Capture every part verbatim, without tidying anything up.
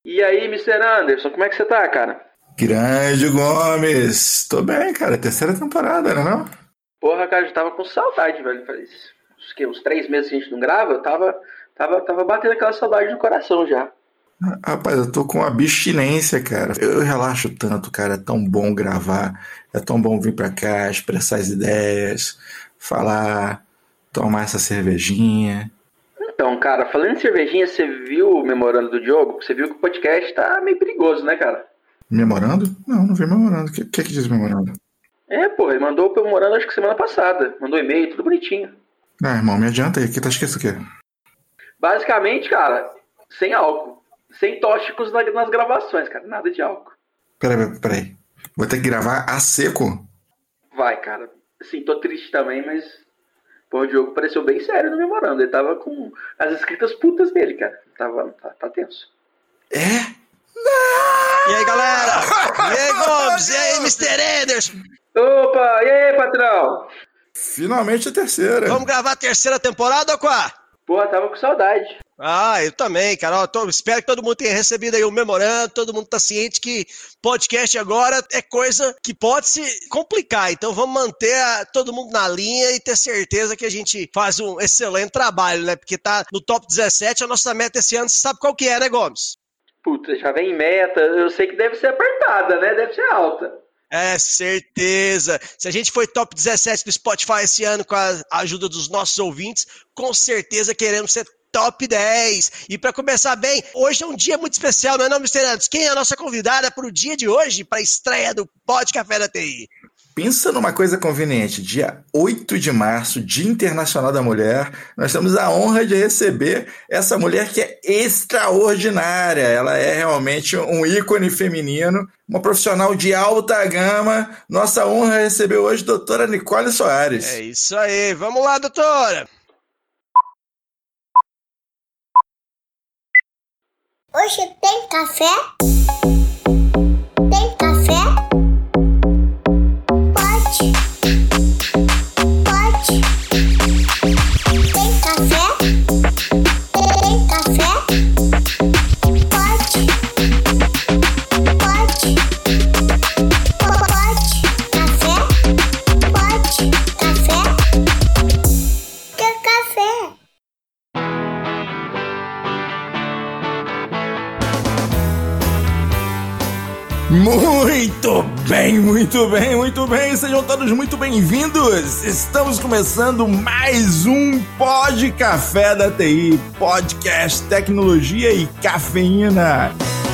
E aí, mister Anderson, como é que você tá, cara? Grande Gomes! Tô bem, cara. Terceira temporada, né não? Porra, cara, eu tava com saudade, velho. Faz uns, que, uns três meses que a gente não grava, eu tava, tava, tava batendo aquela saudade no coração já. Rapaz, eu tô com abstinência, cara. Eu relaxo tanto, cara. É tão bom gravar. É tão bom vir pra cá, expressar as ideias, falar, tomar essa cervejinha. Então, cara, falando em cervejinha, você viu o memorando do Diogo? Você viu que o podcast tá meio perigoso, né, cara? Memorando? Não, não vi memorando. O que, que que diz memorando? É, pô, ele mandou o memorando acho que semana passada. Mandou e-mail, tudo bonitinho. Ah, irmão, me adianta aí. Que tá esquecido o quê? Basicamente, cara, sem álcool. Sem tóxicos nas gravações, cara. Nada de álcool. Peraí, peraí. Vou ter que gravar a seco? Vai, cara. Assim, tô triste também, mas... Pô, o Diogo pareceu bem sério no memorando. Ele tava com as escritas putas dele, cara. Tava, tá, tá tenso. É? E aí, galera? E aí, Gomes? E aí, mister Anderson? Opa, e aí, patrão? Finalmente a terceira. Vamos gravar a terceira temporada, ou qual? Pô, tava com saudade. Ah, eu também, cara. Ó, tô, espero que todo mundo tenha recebido aí o memorando, todo mundo tá ciente que podcast agora é coisa que pode se complicar. Então vamos manter a, todo mundo na linha e ter certeza que a gente faz um excelente trabalho, né? Porque tá no top dezessete, a nossa meta esse ano, você sabe qual que é, né, Gomes? Puta, já vem meta. Eu sei que deve ser apertada, né? Deve ser alta. É, certeza. Se a gente foi top dezessete do Spotify esse ano com a ajuda dos nossos ouvintes, com certeza queremos ser top dez. E para começar bem, hoje é um dia muito especial, não é não, mister Anderson? Quem é a nossa convidada para o dia de hoje, para a estreia do Pod Café da T I? Pensa numa coisa conveniente. Dia oito de março, Dia Internacional da Mulher, nós temos a honra de receber essa mulher que é extraordinária. Ela é realmente um ícone feminino, uma profissional de alta gama. Nossa honra é receber hoje a doutora Nicole Soares. É isso aí. Vamos lá, doutora. Hoje tem café? Tem café? Pode? Pode? Tem café? Tem café? Pode? Pode? Pode? Café? Pode? Café? Quer café? Muito bem, muito bem, muito bem. Sejam todos muito bem-vindos. Estamos começando mais um Pod Café da T I, podcast, tecnologia e cafeína.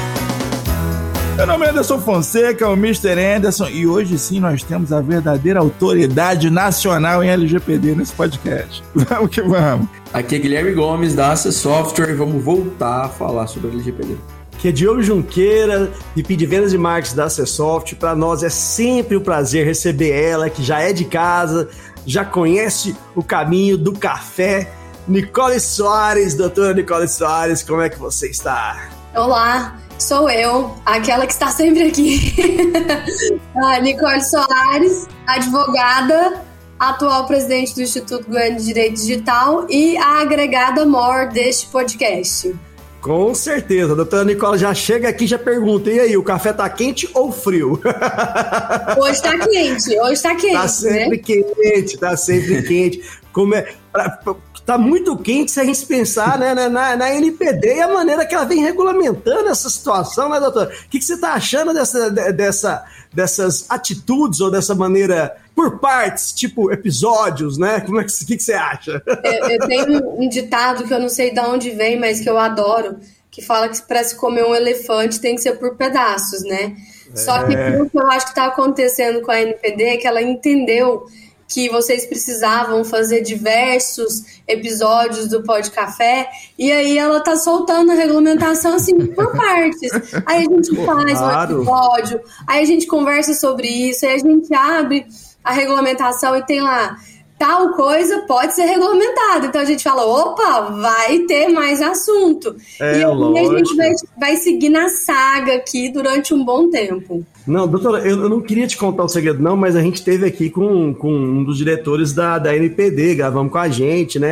Meu nome é Anderson Fonseca, o mister Anderson, e hoje sim nós temos a verdadeira autoridade nacional em L G P D nesse podcast. Vamos que vamos. Aqui é Guilherme Gomes da A C Software e vamos voltar a falar sobre L G P D. Que é Diogo Junqueira, V P de Vendas e Marketing da A C Software. Para nós é sempre um prazer receber ela, que já é de casa, já conhece o caminho do café. Nicole Soares, doutora Nicole Soares, como é que você está? Olá, sou eu, aquela que está sempre aqui. ah, Nicole Soares, advogada, atual presidente do Instituto Goiano de Direito Digital e a agregada maior deste podcast. Com certeza, a doutora Nicole já chega aqui e já pergunta, e aí, o café tá quente ou frio? Hoje tá quente, hoje tá quente, Tá sempre né? quente, tá sempre quente. Como é, pra, tá muito quente se a gente pensar, né, na, na N P D e a maneira que ela vem regulamentando essa situação, né, doutora? O que, que você tá achando dessa, dessa, dessas atitudes ou dessa maneira por partes, tipo episódios, né? Como é que, que, que você acha? Eu, eu tenho um ditado que eu não sei de onde vem, mas que eu adoro, que fala que para se comer um elefante tem que ser por pedaços, né? É. Só que o que eu acho que está acontecendo com a N P D é que ela entendeu que vocês precisavam fazer diversos episódios do Pod Café, e aí ela tá soltando a regulamentação assim por partes. Aí a gente faz claro. um episódio, aí a gente conversa sobre isso, aí a gente abre a regulamentação e tem lá tal coisa pode ser regulamentada. Então a gente fala, opa, vai ter mais assunto. É, e aí lógico. A gente vai, vai seguir na saga aqui durante um bom tempo. Não, doutora, eu, eu não queria te contar o segredo não, mas a gente esteve aqui com, com um dos diretores da, da N P D, gravamos com a gente, né?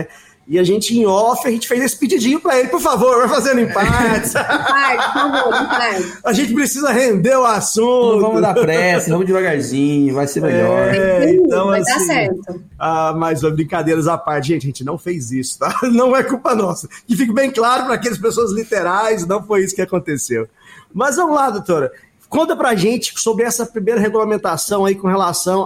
E a gente, em off, a gente fez esse pedidinho pra ele, por favor, vai fazendo em partes. Por favor, em partes. A gente precisa render o assunto. Não vamos dar pressa, vamos devagarzinho, vai ser melhor. É, então, vai assim, dar certo. Ah, mas brincadeiras à parte, gente, a gente não fez isso, tá? Não é culpa nossa. Que fique bem claro para aquelas pessoas literais, não foi isso que aconteceu. Mas vamos lá, doutora. Conta pra gente sobre essa primeira regulamentação aí com relação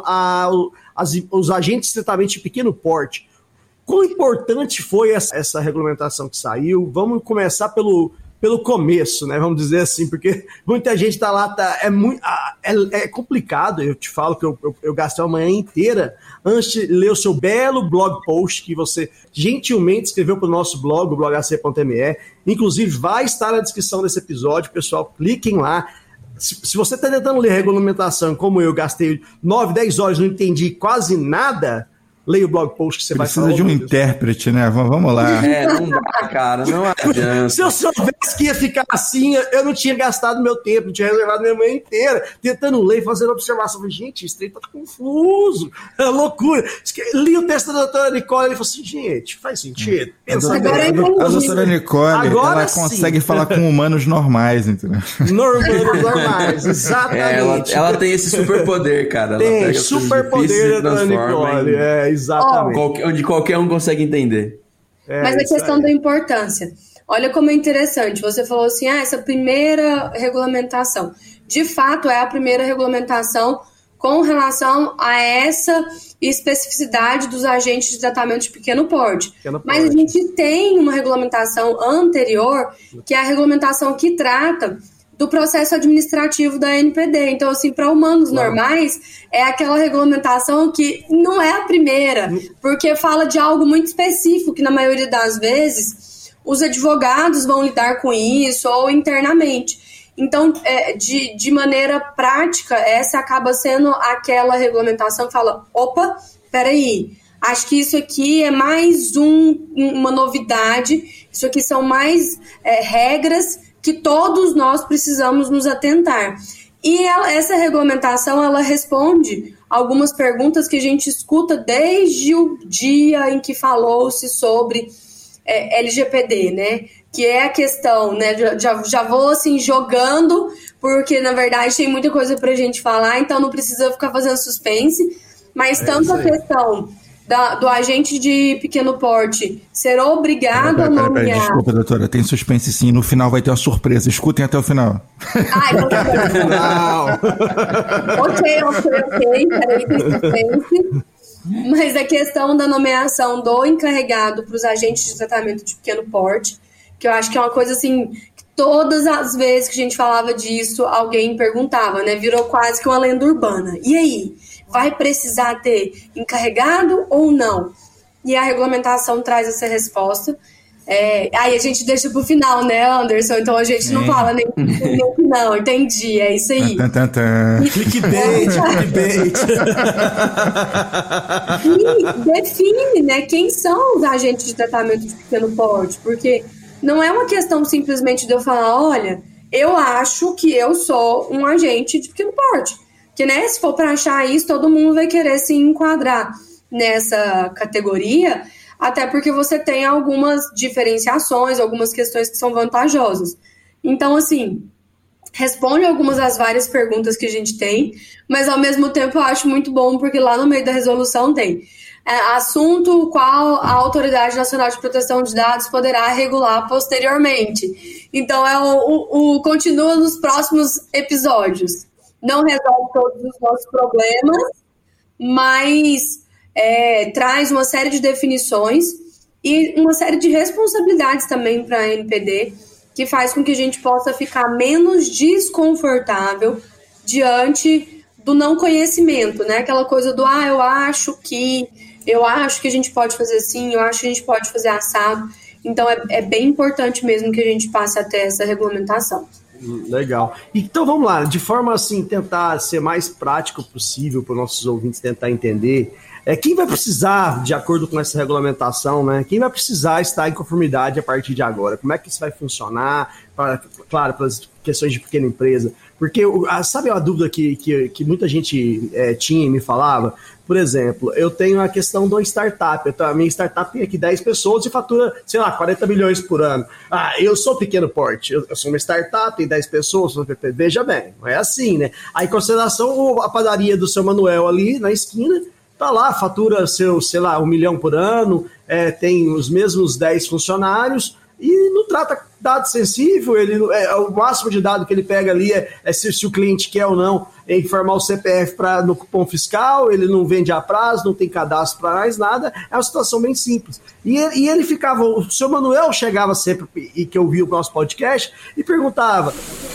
aos agentes de tratamento de pequeno porte. Quão importante foi essa, essa regulamentação que saiu? Vamos começar pelo, pelo começo, né? Vamos dizer assim, porque muita gente tá lá, tá, é, muito, é, é complicado. Eu te falo que eu, eu, eu gastei uma manhã inteira antes de ler o seu belo blog post que você gentilmente escreveu para o nosso blog, o blog a c ponto m e. Inclusive, vai estar na descrição desse episódio, pessoal. Cliquem lá. Se, se você está tentando ler regulamentação, como eu gastei nove, dez horas e não entendi quase nada, leia o blog post que você Precisa vai falar. Precisa de um intérprete, né? Vamos lá. É, não dá, cara, não adianta. Se eu soubesse que ia ficar assim, eu não tinha gastado meu tempo, não tinha reservado minha manhã inteira, tentando ler e fazendo observação. Falei, gente, isso aí tá confuso, é loucura. Li o texto da doutora Nicole e ele falou assim, gente, faz sentido. Pensa a, doutora, a, a doutora Nicole, Agora ela sim. consegue falar com humanos normais, entendeu? Humanos normais, exatamente. É, ela, ela tem esse superpoder, cara. Ela tem superpoder da doutora Nicole, é, exatamente. Qualquer, onde qualquer um consegue entender. É, Mas a questão aí. da importância. Olha como é interessante. Você falou assim, ah, essa primeira regulamentação. De fato, é a primeira regulamentação com relação a essa especificidade dos agentes de tratamento de pequeno porte. Pequeno Mas porte. A gente tem uma regulamentação anterior, que é a regulamentação que trata do processo administrativo da N P D. Então, assim, para humanos claro. normais, é aquela regulamentação que não é a primeira, porque fala de algo muito específico, que na maioria das vezes os advogados vão lidar com isso, ou internamente. Então, é, de, de maneira prática, essa acaba sendo aquela regulamentação que fala, opa, peraí, acho que isso aqui é mais um, uma novidade, isso aqui são mais é, regras que todos nós precisamos nos atentar. E ela, essa regulamentação, ela responde algumas perguntas que a gente escuta desde o dia em que falou-se sobre é, L G P D, né? Que é a questão, né? Já, já vou, assim, jogando, porque, na verdade, tem muita coisa pra gente falar, então não precisa ficar fazendo suspense, mas é tanto a questão Da, do agente de pequeno porte ser obrigado pera, pera, a nomear... Pera, pera, desculpa, doutora, tem suspense sim, no final vai ter uma surpresa, escutem até o final. Ah, então tá bom. ok, ok, ok, peraí, tem suspense. Mas a questão da nomeação do encarregado para os agentes de tratamento de pequeno porte, que eu acho que é uma coisa assim, que todas as vezes que a gente falava disso, alguém perguntava, né? Virou quase que uma lenda urbana. E aí? Vai precisar ter encarregado ou não? E a regulamentação traz essa resposta. É, aí a gente deixa pro final, né, Anderson? Então a gente não é. fala nem no final, entendi, é isso aí. Clickbait, clickbait. E define, né, quem são os agentes de tratamento de pequeno porte, porque não é uma questão simplesmente de eu falar, olha, eu acho que eu sou um agente de pequeno porte. Que, né, se for para achar isso, todo mundo vai querer se enquadrar nessa categoria, até porque você tem algumas diferenciações, algumas questões que são vantajosas. Então, assim, responde algumas das várias perguntas que a gente tem, mas, ao mesmo tempo, eu acho muito bom, porque lá no meio da resolução tem é, assunto qual a Autoridade Nacional de Proteção de Dados poderá regular posteriormente. Então, é o, o, o continua nos próximos episódios. Não resolve todos os nossos problemas, mas é, traz uma série de definições e uma série de responsabilidades também para a N P D, que faz com que a gente possa ficar menos desconfortável diante do não conhecimento, né? Aquela coisa do, ah, eu acho que, eu acho que a gente pode fazer assim, eu acho que a gente pode fazer assado. Então, é, é bem importante mesmo que a gente passe até essa regulamentação. Legal. Então vamos lá, de forma assim, tentar ser mais prático possível para os nossos ouvintes tentar entender. É, quem vai precisar, de acordo com essa regulamentação, né? Quem vai precisar estar em conformidade a partir de agora? Como é que isso vai funcionar? Para, claro, para as questões de pequena empresa. Porque, sabe a dúvida que, que, que muita gente é, tinha e me falava? Por exemplo, eu tenho a questão da startup. A minha startup tem aqui dez pessoas e fatura, sei lá, quarenta milhões por ano. Ah, eu sou pequeno porte. Eu, eu sou uma startup, tem dez pessoas, sou P P. Veja bem, não é assim, né? Aí, em consideração, a padaria do seu Manuel ali na esquina, tá lá, fatura seu, sei lá, um milhão por ano, é, tem os mesmos dez funcionários e não trata dado sensível, ele, é, o máximo de dado que ele pega ali é, é se, se o cliente quer ou não é informar o C P F pra, no cupom fiscal, ele não vende a prazo, não tem cadastro para mais nada, é uma situação bem simples. E, e ele ficava, o seu Manuel chegava sempre, e que eu vi o nosso podcast, e perguntava...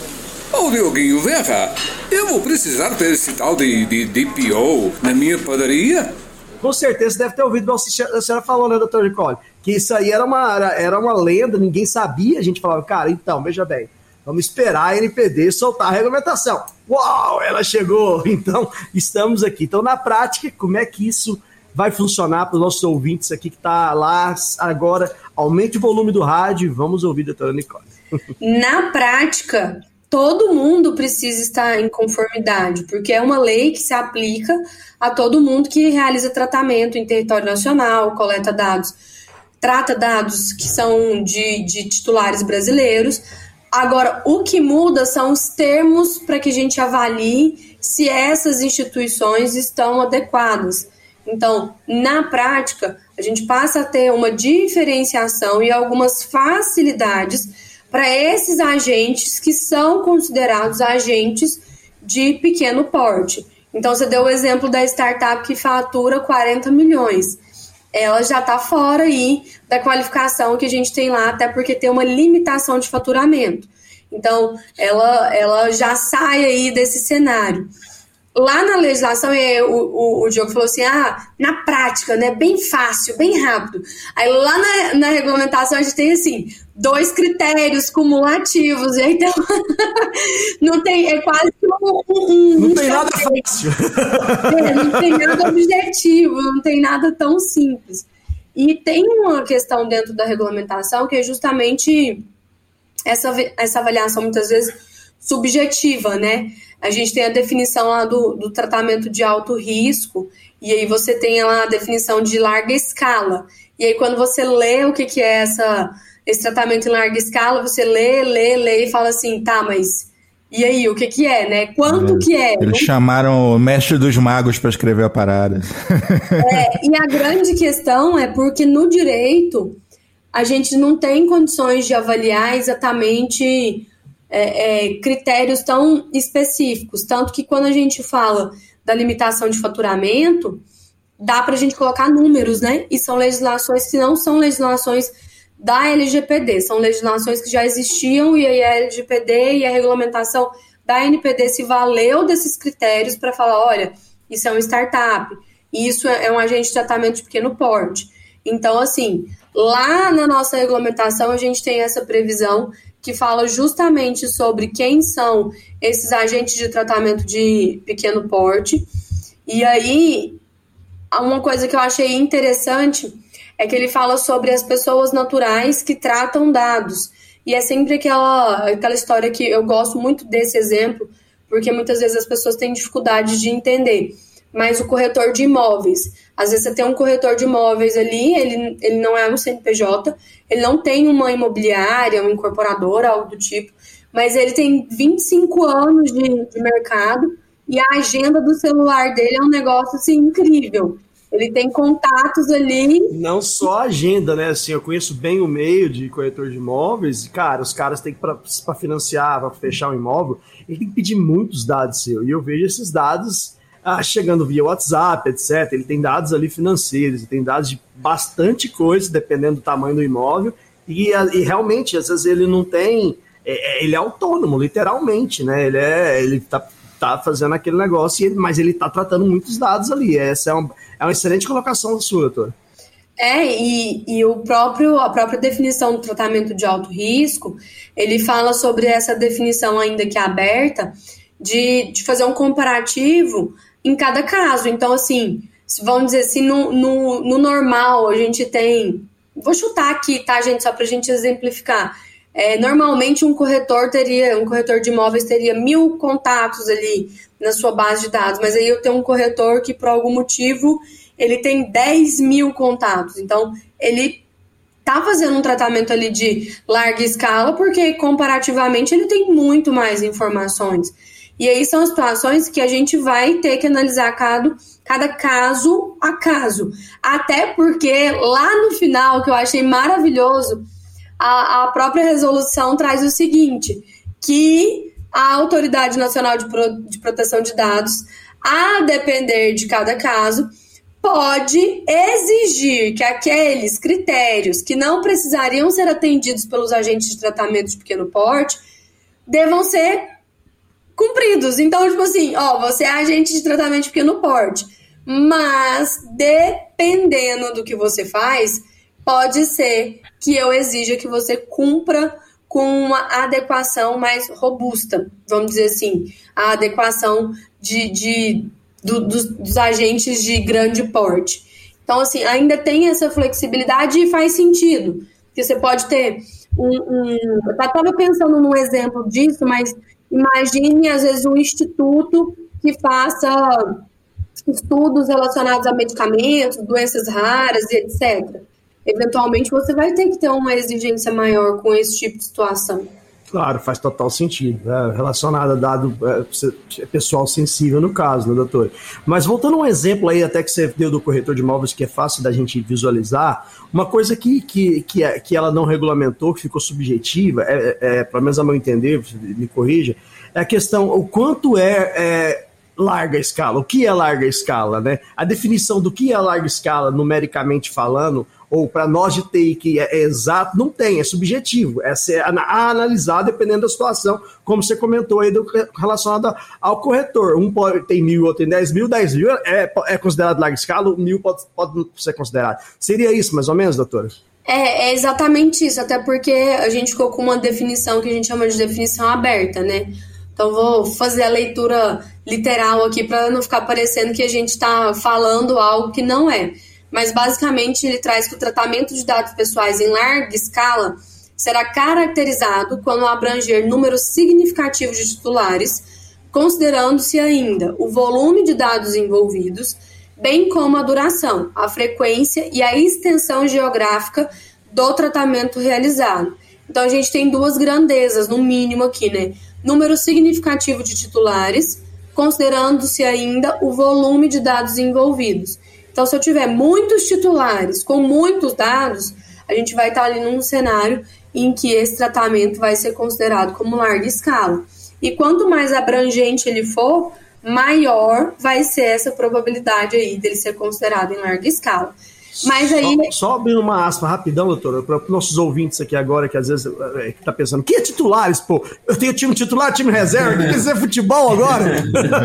Ô, Dioguinho, vem cá, eu vou precisar ter esse tal de, de D P O na minha padaria? Com certeza você deve ter ouvido a senhora falou, né, doutor Nicole? Que isso aí era uma, era uma lenda, ninguém sabia. A gente falava, cara, então, veja bem, vamos esperar a N P D soltar a regulamentação. Uau, ela chegou! Então, estamos aqui. Então, na prática, como é que isso vai funcionar para os nossos ouvintes aqui que está lá agora? Aumente o volume do rádio e vamos ouvir a doutora Nicole. Na prática... todo mundo precisa estar em conformidade, porque é uma lei que se aplica a todo mundo que realiza tratamento em território nacional, coleta dados, trata dados que são de, de titulares brasileiros. Agora, o que muda são os termos para que a gente avalie se essas instituições estão adequadas. Então, na prática, a gente passa a ter uma diferenciação e algumas facilidades para esses agentes que são considerados agentes de pequeno porte. Então, você deu o exemplo da startup que fatura quarenta milhões. Ela já está fora aí da qualificação que a gente tem lá, até porque tem uma limitação de faturamento. Então, ela, ela já sai aí desse cenário. Lá na legislação, o, o, o Diogo falou assim, ah, na prática, né, bem fácil, bem rápido. Aí lá na, na regulamentação a gente tem, assim, dois critérios cumulativos, e aí então, não tem, é quase um... um não um tem nada fácil. É, não tem nada objetivo, não tem nada tão simples. E tem uma questão dentro da regulamentação que é justamente essa, essa avaliação, muitas vezes, subjetiva, né? A gente tem a definição lá do, do tratamento de alto risco, e aí você tem lá a definição de larga escala. E aí quando você lê o que, que é essa, esse tratamento em larga escala, você lê, lê, lê e fala assim, tá, mas e aí, o que que é, né? Quanto é, que é? Eles Não... chamaram o mestre dos magos para escrever a parada. É, e a grande questão é porque no direito a gente não tem condições de avaliar exatamente... É, é, critérios tão específicos, tanto que quando a gente fala da limitação de faturamento, dá para a gente colocar números, né? E são legislações que não são legislações da L G P D, são legislações que já existiam e aí a L G P D e a regulamentação da N P D se valeu desses critérios para falar, olha, isso é uma startup, isso é um agente de tratamento de pequeno porte. Então, assim, lá na nossa regulamentação a gente tem essa previsão que fala justamente sobre quem são esses agentes de tratamento de pequeno porte. E aí, uma coisa que eu achei interessante é que ele fala sobre as pessoas naturais que tratam dados. E é sempre aquela, aquela história que eu gosto muito desse exemplo, porque muitas vezes as pessoas têm dificuldade de entender. Mas o corretor de imóveis, às vezes você tem um corretor de imóveis ali, ele, ele não é um C N P J, ele não tem uma imobiliária, uma incorporadora, algo do tipo, mas ele tem vinte e cinco anos de, de mercado e a agenda do celular dele é um negócio assim, incrível. Ele tem contatos ali. Não só a agenda, né? Assim, eu conheço bem o meio de corretor de imóveis. E, cara, os caras têm que, para financiar, para fechar um imóvel, ele tem que pedir muitos dados seus. E eu vejo esses dados ah, chegando via WhatsApp, etcétera. Ele tem dados ali financeiros, ele tem dados de bastante coisa, dependendo do tamanho do imóvel. E, e realmente, às vezes, ele não tem... É, ele é autônomo, literalmente, né? Ele é... Ele tá, tá fazendo aquele negócio, ele, mas ele está tratando muitos dados ali. Essa é uma, é uma excelente colocação sua, doutora. É, e, e o próprio, a própria definição do tratamento de alto risco, ele fala sobre essa definição ainda que é aberta, de, de fazer um comparativo em cada caso. Então, assim, vamos dizer assim, no, no, no normal, a gente tem... Vou chutar aqui, tá, gente? Só para a gente exemplificar. É, normalmente, um corretor teria, um corretor de imóveis teria mil contatos ali na sua base de dados, mas aí eu tenho um corretor que, por algum motivo, ele tem dez mil contatos. Então, ele tá fazendo um tratamento ali de larga escala, porque, comparativamente, ele tem muito mais informações. E aí são situações que a gente vai ter que analisar cada, cada caso a caso. Até porque lá no final, que eu achei maravilhoso, a, a própria resolução traz o seguinte, que a Autoridade Nacional de, Pro, de Proteção de Dados, a depender de cada caso, pode exigir que aqueles critérios que não precisariam ser atendidos pelos agentes de tratamento de pequeno porte devam ser cumpridos. Então, tipo assim, ó, você é agente de tratamento de pequeno porte, mas dependendo do que você faz, pode ser que eu exija que você cumpra com uma adequação mais robusta, vamos dizer assim, a adequação de, de, do, dos, dos agentes de grande porte. Então, assim, ainda tem essa flexibilidade e faz sentido, porque você pode ter um... um eu estava pensando num exemplo disso, mas imagine, às vezes, um instituto que faça estudos relacionados a medicamentos, doenças raras e etcétera. Eventualmente, você vai ter que ter uma exigência maior com esse tipo de situação. Claro, faz total sentido. É, relacionado a dado é, pessoal sensível no caso, né, doutor? Mas voltando a um exemplo aí, até que você deu do corretor de imóveis, que é fácil da gente visualizar, uma coisa que, que, que, é, que ela não regulamentou, que ficou subjetiva, é, é, pelo menos a meu entender, me corrija, é a questão, o quanto é, é larga escala, o que é larga escala, né? A definição do que é larga escala, numericamente falando, ou para nós de T I que é, é exato, não tem, é subjetivo, é ser a, a analisar dependendo da situação, como você comentou aí do, relacionado ao corretor. Um pode, tem mil, outro tem dez mil, dez mil é, é considerado larga escala, mil pode, pode ser considerado. Seria isso, mais ou menos, doutora? É, é exatamente isso, até porque a gente ficou com uma definição que a gente chama de definição aberta, né? Então, vou fazer a leitura literal aqui para não ficar parecendo que a gente está falando algo que não é. Mas, basicamente, ele traz que o tratamento de dados pessoais em larga escala será caracterizado quando abranger número significativo de titulares, considerando-se ainda o volume de dados envolvidos, bem como a duração, a frequência e a extensão geográfica do tratamento realizado. Então, a gente tem duas grandezas, no mínimo aqui, né? Número significativo de titulares, considerando-se ainda o volume de dados envolvidos. Então, se eu tiver muitos titulares com muitos dados, a gente vai estar ali num cenário em que esse tratamento vai ser considerado como larga escala. E quanto mais abrangente ele for, maior vai ser essa probabilidade aí dele ser considerado em larga escala. Mas aí... Só, só abrindo uma aspa rapidão, doutora, para os nossos ouvintes aqui agora, que às vezes é, que tá pensando, que é titulares, pô? Eu tenho time titular, time reserva, tem que ser futebol agora?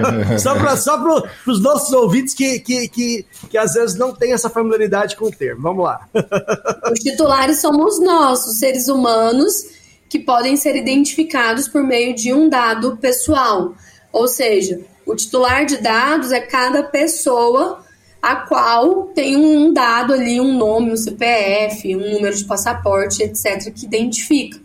Só para só os nossos ouvintes que, que, que, que às vezes não tem essa familiaridade com o termo. Vamos lá. Os titulares somos nós, os seres humanos, que podem ser identificados por meio de um dado pessoal. Ou seja, o titular de dados é cada pessoa a qual tem um dado ali, um nome, um C P F, um número de passaporte, etcétera, que identifica.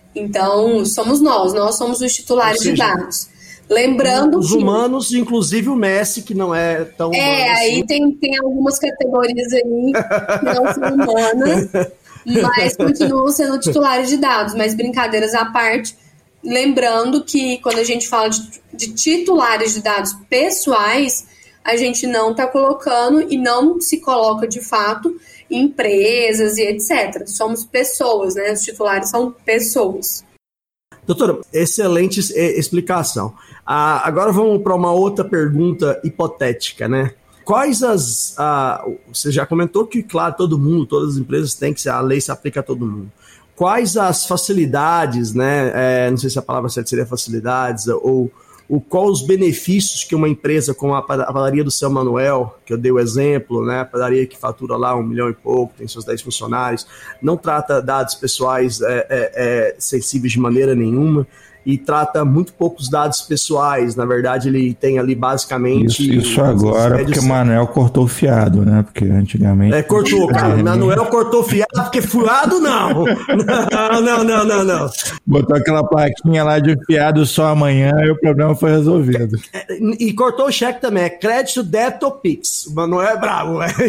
Então, somos nós, nós somos os titulares seja, de dados. Lembrando os que... Os humanos, inclusive o Messi, que não é tão É, humano aí assim. tem, tem algumas categorias aí que não são humanas, mas continuam sendo titulares de dados. Mas brincadeiras à parte, lembrando que quando a gente fala de, de titulares de dados pessoais, a gente não está colocando e não se coloca de fato em empresas e etcétera. Somos pessoas, né? Os titulares são pessoas. Doutora, excelente explicação. Ah, agora vamos para uma outra pergunta hipotética, né? Quais as... Ah, você já comentou que, claro, todo mundo, todas as empresas têm que ser, a lei se aplica a todo mundo. Quais as facilidades, né? É, não sei se a palavra certa seria facilidades ou... O, qual os benefícios que uma empresa como a padaria do Seu Manuel, que eu dei o exemplo, né, a padaria que fatura lá um milhão e pouco, tem seus dez funcionários, não trata dados pessoais é, é, é, sensíveis de maneira nenhuma, e trata muito poucos dados pessoais. Na verdade, ele tem ali basicamente... Isso, isso agora, porque o Manuel cortou o fiado, né? Porque antigamente... É, cortou, cara. O Manuel cortou o fiado, porque fiado não. Não, não, não, não, não. Botou aquela plaquinha lá de fiado só amanhã e o problema foi resolvido. É, e cortou o cheque também. É crédito, débito ou Pix. O Manuel é bravo. É,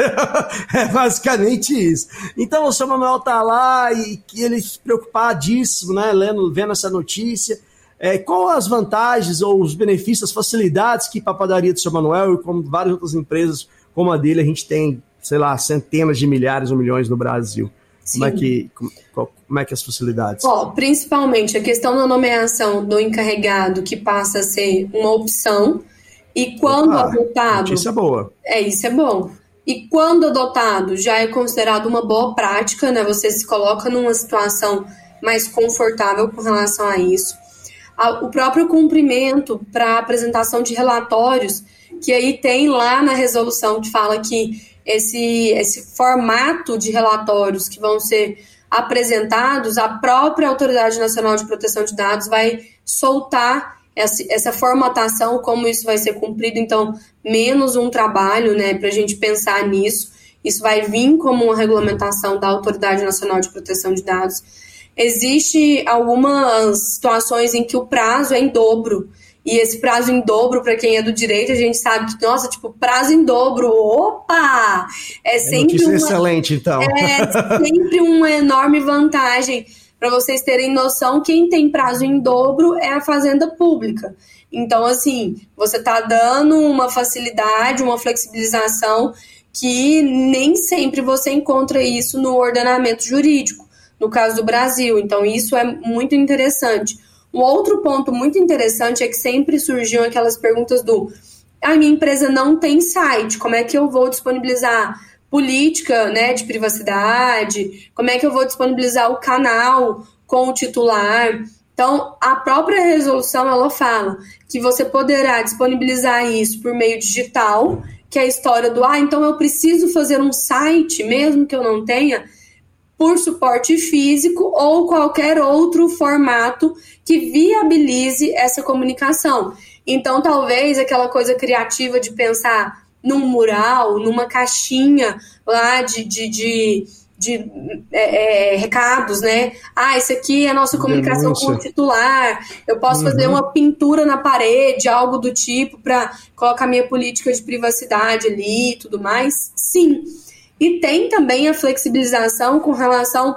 é basicamente isso. Então, o seu Manuel tá lá e ele preocupadíssimo, né? Lendo, vendo essa notícia. É, qual as vantagens ou os benefícios, as facilidades que para a padaria do seu Manuel e como várias outras empresas como a dele, a gente tem, sei lá, centenas de milhares ou milhões no Brasil. Como é, que, como, como é que as facilidades? Bom, principalmente a questão da nomeação do encarregado, que passa a ser uma opção, e quando Opa, adotado... Notícia boa. É, isso é bom. E quando adotado, já é considerado uma boa prática, né? Você se coloca numa situação mais confortável com relação a isso. O próprio cumprimento para apresentação de relatórios, que aí tem lá na resolução que fala que esse, esse formato de relatórios que vão ser apresentados, a própria Autoridade Nacional de Proteção de Dados vai soltar essa, essa formatação, como isso vai ser cumprido. Então, menos um trabalho, né, para a gente pensar nisso. Isso vai vir como uma regulamentação da Autoridade Nacional de Proteção de Dados. Existe algumas situações em que o prazo é em dobro, e esse prazo em dobro, para quem é do direito, a gente sabe que, nossa, tipo, prazo em dobro, opa! É sempre é uma, excelente, então. É sempre uma enorme vantagem. Para vocês terem noção, quem tem prazo em dobro é a Fazenda Pública. Então, assim, você está dando uma facilidade, uma flexibilização que nem sempre você encontra isso no ordenamento jurídico. No caso do Brasil, então isso é muito interessante. Um outro ponto muito interessante é que sempre surgiam aquelas perguntas do a minha empresa não tem site, como é que eu vou disponibilizar política, né, de privacidade, como é que eu vou disponibilizar o canal com o titular. Então, a própria resolução, ela fala que você poderá disponibilizar isso por meio digital, que é a história do, ah, então eu preciso fazer um site, mesmo que eu não tenha, por suporte físico ou qualquer outro formato que viabilize essa comunicação. Então, talvez aquela coisa criativa de pensar num mural, numa caixinha lá de, de, de, de é, é, recados, né? Ah, isso aqui é a nossa comunicação Denúncia. com o titular, eu posso uhum. fazer uma pintura na parede, algo do tipo, para colocar minha política de privacidade ali e tudo mais. Sim. E tem também a flexibilização com relação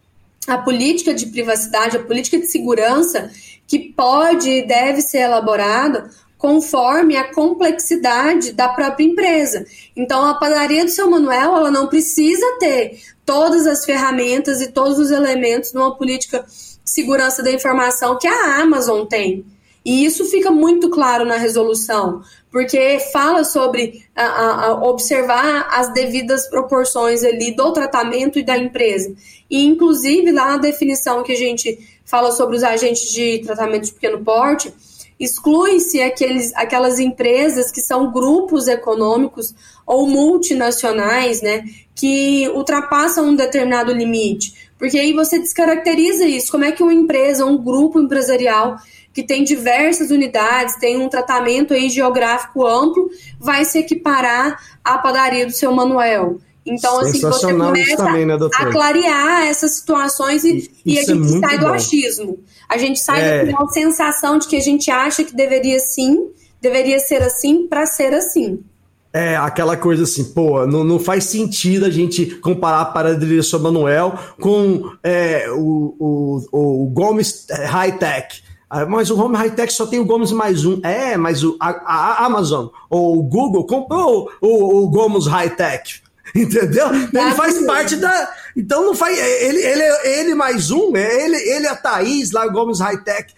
à política de privacidade, a política de segurança, que pode e deve ser elaborada conforme a complexidade da própria empresa. Então, a padaria do seu Manuel, ela não precisa ter todas as ferramentas e todos os elementos numa política de segurança da informação que a Amazon tem. E isso fica muito claro na resolução, porque fala sobre a, a, a observar as devidas proporções ali do tratamento e da empresa. E, inclusive, lá na definição que a gente fala sobre os agentes de tratamento de pequeno porte, exclui-se aqueles, aquelas empresas que são grupos econômicos ou multinacionais, né, que ultrapassam um determinado limite. Porque aí você descaracteriza isso. Como é que uma empresa, um grupo empresarial que tem diversas unidades, tem um tratamento aí geográfico amplo, vai se equiparar à padaria do seu Manuel? Então, assim, você começa também, né, a clarear essas situações e, e a gente é sai do bom. achismo. A gente sai é. daquela sensação de que a gente acha que deveria sim, deveria ser assim para ser assim. É, aquela coisa assim, pô, não, não faz sentido a gente comparar a padaria do seu Manuel com é, o, o, o Gomes High Tech. Mas o Home High Tech só tem o Gomes mais um. É, mas o, a, a Amazon ou o Google comprou o, o Gomes High Tech. Entendeu? Ele faz parte da. Então não faz. Ele, ele, ele mais um, ele, ele a Thaís, lá o Gomes High Tech,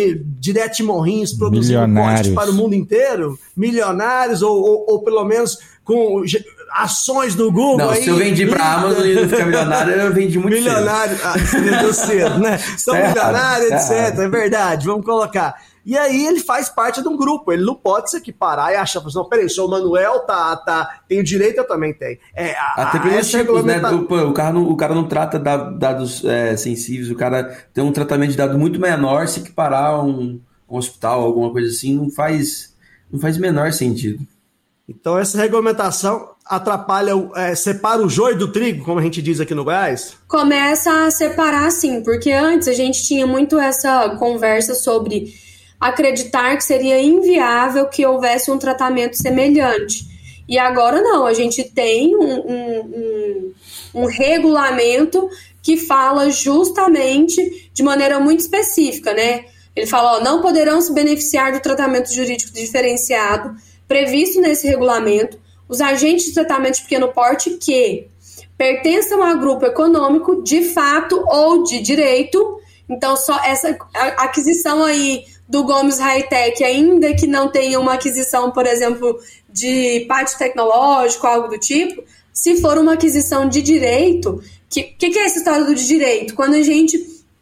Direte Morrinhos, produzindo corte para o mundo inteiro, milionários, ou, ou, ou pelo menos com ações do Google. Não, aí, se eu vendi para a Amazon e não ficar milionário, eu vendi muito milionário, cedo. Ah, vendeu cedo, né? São milionários, etcétera. É verdade, vamos colocar. E aí ele faz parte de um grupo, ele não pode se equiparar e achar, não, peraí, sou o Manuel, tá, tá, tenho direito, eu também tenho. É, a, Até pelos tipos, né? O, o, cara não, o cara não trata dados é, sensíveis, o cara tem um tratamento de dados muito menor, se equiparar a um, um hospital, alguma coisa assim, não faz, não faz menor sentido. Então essa regulamentação atrapalha, é, separa o joio do trigo, como a gente diz aqui no Goiás? Começa a separar, sim, porque antes a gente tinha muito essa conversa sobre acreditar que seria inviável que houvesse um tratamento semelhante. E agora não, a gente tem um, um, um, um regulamento que fala justamente de maneira muito específica, né? Ele fala, ó, não poderão se beneficiar do tratamento jurídico diferenciado previsto nesse regulamento os agentes de tratamento de pequeno porte que pertençam a grupo econômico de fato ou de direito. Então, só essa aquisição aí do Gomes Hightech, ainda que não tenha uma aquisição, por exemplo, de pátio tecnológico, algo do tipo, se for uma aquisição de direito, o que, que, que é essa história do de direito? Quando a gente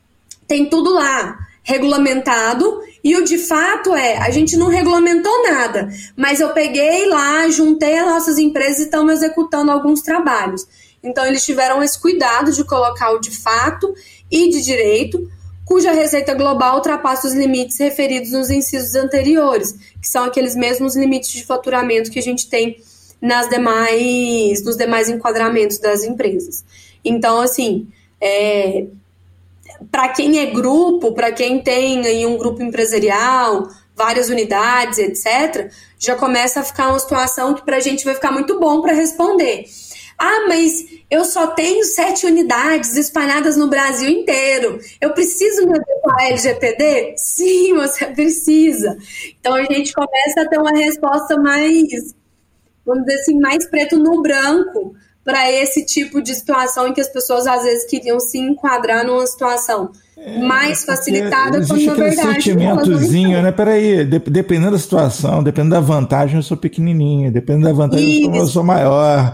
tem tudo lá regulamentado e o de fato é, a gente não regulamentou nada, mas eu peguei lá, juntei as nossas empresas e estamos executando alguns trabalhos. Então, eles tiveram esse cuidado de colocar o de fato e de direito, cuja receita global ultrapassa os limites referidos nos incisos anteriores, que são aqueles mesmos limites de faturamento que a gente tem nas demais, nos demais enquadramentos das empresas. Então, assim, é, para quem é grupo, para quem tem aí um grupo empresarial, várias unidades, etcétera, já começa a ficar uma situação que para a gente vai ficar muito bom para responder. Ah, mas eu só tenho sete unidades espalhadas no Brasil inteiro. Eu preciso me adequar à L G P D? Sim, você precisa. Então, a gente começa a ter uma resposta mais, vamos dizer assim, mais preto no branco para esse tipo de situação em que as pessoas, às vezes, queriam se enquadrar numa situação é, mais facilitada, quando, na verdade... sentimentozinho, né? Peraí, de, dependendo da situação, dependendo da vantagem, eu sou pequenininho. Dependendo da vantagem, eu sou maior.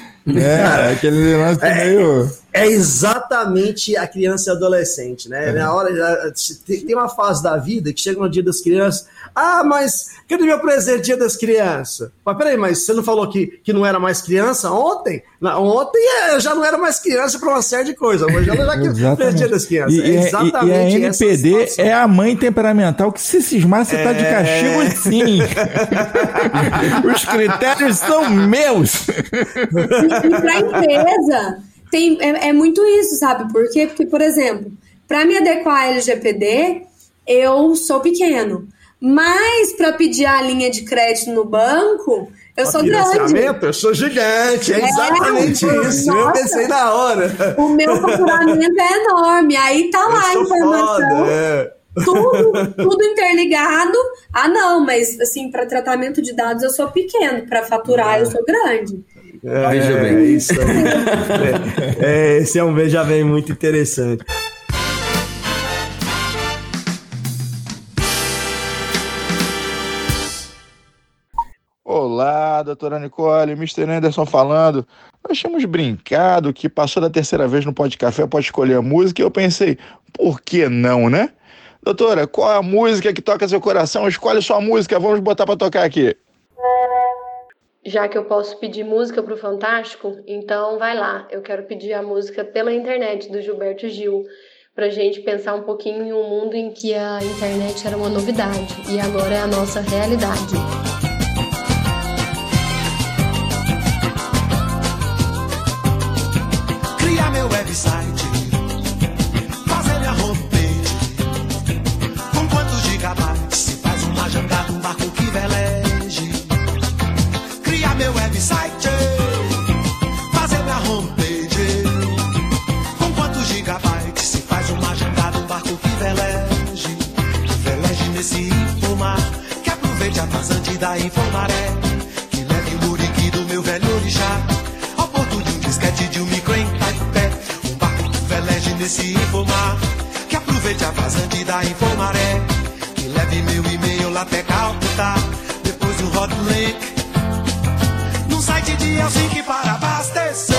É, cara, aquele lance é, meio... é exatamente a criança e adolescente, né? É. Na hora, tem uma fase da vida que chega no dia das crianças. Ah, mas cadê meu presente dia das crianças? Mas peraí, mas você não falou que, que não era mais criança ontem? Não, ontem eu já não era mais criança para uma série de coisas. Hoje ela já que dia das crianças. E, é exatamente e, e a N P D é a mãe temperamental que se cismar você é... tá de castigo sim. Os critérios são meus. E, e para a empresa tem, é, é muito isso, sabe? Por quê? Porque, por exemplo, para me adequar à L G P D, eu sou pequeno. Mas para pedir a linha de crédito no banco, eu sou grande. Eu sou gigante, é, é exatamente é, isso. Nossa, eu pensei na hora. O meu faturamento é enorme. Aí tá lá a informação. Foda, é. Tudo, tudo interligado. Ah, não, mas assim, para tratamento de dados eu sou pequeno, para faturar é. eu sou grande. É, veja bem. É isso aí. é, é, esse é um veja bem muito interessante. Olá, doutora Nicole, mister Anderson falando. Nós tínhamos brincado que passou da terceira vez no Pod Café, pode escolher a música, e eu pensei, por que não, né? Doutora, qual é a música que toca seu coração? Escolhe sua música, vamos botar pra tocar aqui. Já que eu posso pedir música pro Fantástico, então vai lá. Eu quero pedir a música Pela Internet, do Gilberto Gil, pra gente pensar um pouquinho em um mundo em que a internet era uma novidade e agora é a nossa realidade. Criar meu website, fazer minha homepage, com quantos gigabytes se faz uma jangada, um barco que veleje. Criar meu website, fazer minha homepage, com quantos gigabytes se faz uma jangada, um barco que veleje. Veleje nesse infomar, que aproveite a vazante da Infomaré, que leve o muriqui do meu velho orixá, ao porto de um disquete de um micro em Taipé. Um barco que veleje nesse infomar, que aproveite a vazante da Infomaré, que leve meu e-mail lá até Calcutá, depois o hot link num site de Helsinki para abastecer.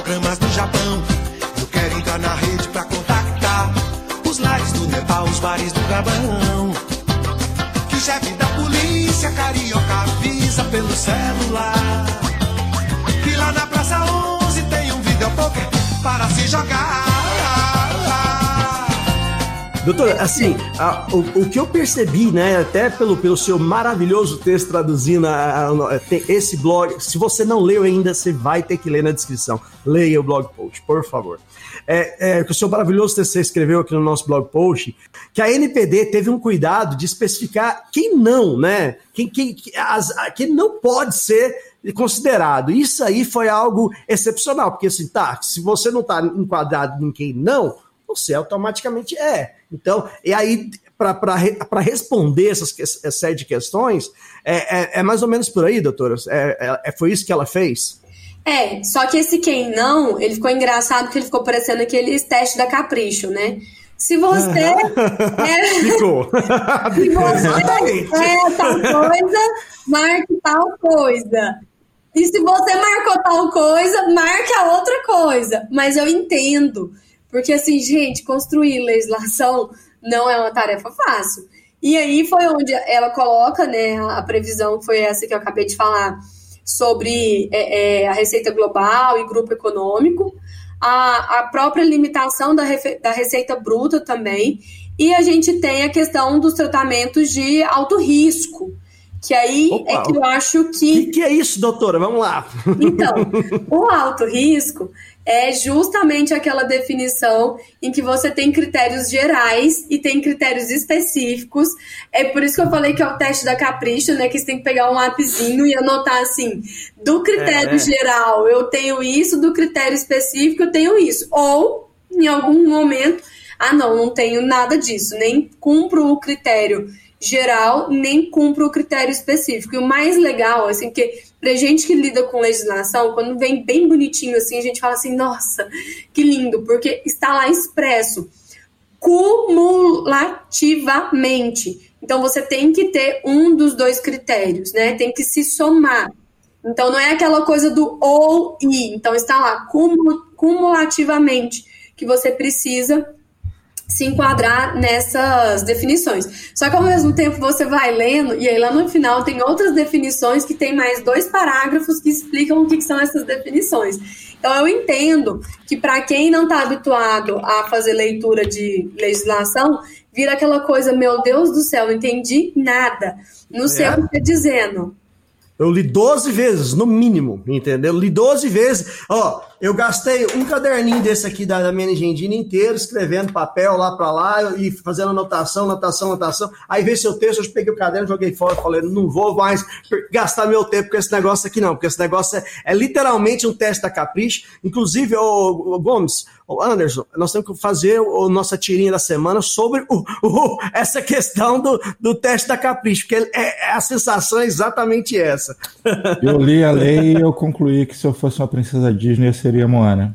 programas do Japão. Eu quero entrar na rede pra contactar os lares do Nepal, os bares do Gabão. Que o chefe da polícia carioca avisa pelo celular que lá na Praça onze tem um videopoker para se jogar. Doutor, assim, a, o, o que eu percebi, né, até pelo, pelo seu maravilhoso texto traduzindo a, a, a, tem esse blog, se você não leu ainda, você vai ter que ler na descrição. Leia o blog post, por favor. É, é, o seu maravilhoso texto que você escreveu aqui no nosso blog post, que a N P D teve um cuidado de especificar quem não, né, quem, quem, as, quem não pode ser considerado. Isso aí foi algo excepcional, porque assim, tá, se você não está enquadrado em quem não, você automaticamente é. Então, e aí, para responder essas, essa série de questões, é, é, é mais ou menos por aí, doutora? É, é, foi isso que ela fez? É, só que esse quem não, ele ficou engraçado porque ele ficou parecendo aqueles testes da Capricho, né? Se você... é, ficou. Se você é tal coisa, marque tal coisa. E se você marcou tal coisa, marque a outra coisa. Mas eu entendo. Porque, assim, gente, construir legislação não é uma tarefa fácil. E aí foi onde ela coloca, né, a previsão, que foi essa que eu acabei de falar, sobre é, é, a receita global e grupo econômico, a, a própria limitação da, refe, da receita bruta também, e a gente tem a questão dos tratamentos de alto risco, que aí Opa, é que eu acho que... O que, que é isso, doutora? Vamos lá. Então, o alto risco é justamente aquela definição em que você tem critérios gerais e tem critérios específicos. É por isso que eu falei que é o teste da Capricho, né? Que você tem que pegar um lapisinho e anotar assim, do critério é. geral eu tenho isso, do critério específico eu tenho isso. Ou, em algum momento, ah não, não tenho nada disso, nem cumpro o critério geral, nem cumpro o critério específico. E o mais legal, assim, que pra gente que lida com legislação, quando vem bem bonitinho assim, a gente fala assim, nossa, que lindo, porque está lá expresso cumulativamente. Então você tem que ter um dos dois critérios, né? Tem que se somar. Então não é aquela coisa do ou e. Então está lá cumulativamente que você precisa se enquadrar nessas definições. Só que ao mesmo tempo você vai lendo, e aí lá no final tem outras definições que tem mais dois parágrafos que explicam o que são essas definições. Então eu entendo que para quem não está habituado a fazer leitura de legislação, vira aquela coisa, meu Deus do céu, não entendi nada. Não sei é. o que está dizendo. Eu li doze vezes, no mínimo, entendeu? Eu li doze vezes. Ó, eu gastei um caderninho desse aqui da, da minha Engendina inteiro, escrevendo papel lá pra lá e fazendo anotação, anotação, anotação. Aí veio seu texto, eu peguei o caderno, joguei fora, falei, não vou mais gastar meu tempo com esse negócio aqui não, porque esse negócio é, é literalmente um teste da Capricho. Inclusive, ô, ô Gomes, ô Anderson, nós temos que fazer a nossa tirinha da semana sobre o, o, essa questão do, do teste da Capricho, porque é, é, a sensação é exatamente essa. Eu li a lei e eu concluí que se eu fosse uma princesa Disney, eu seria Moana.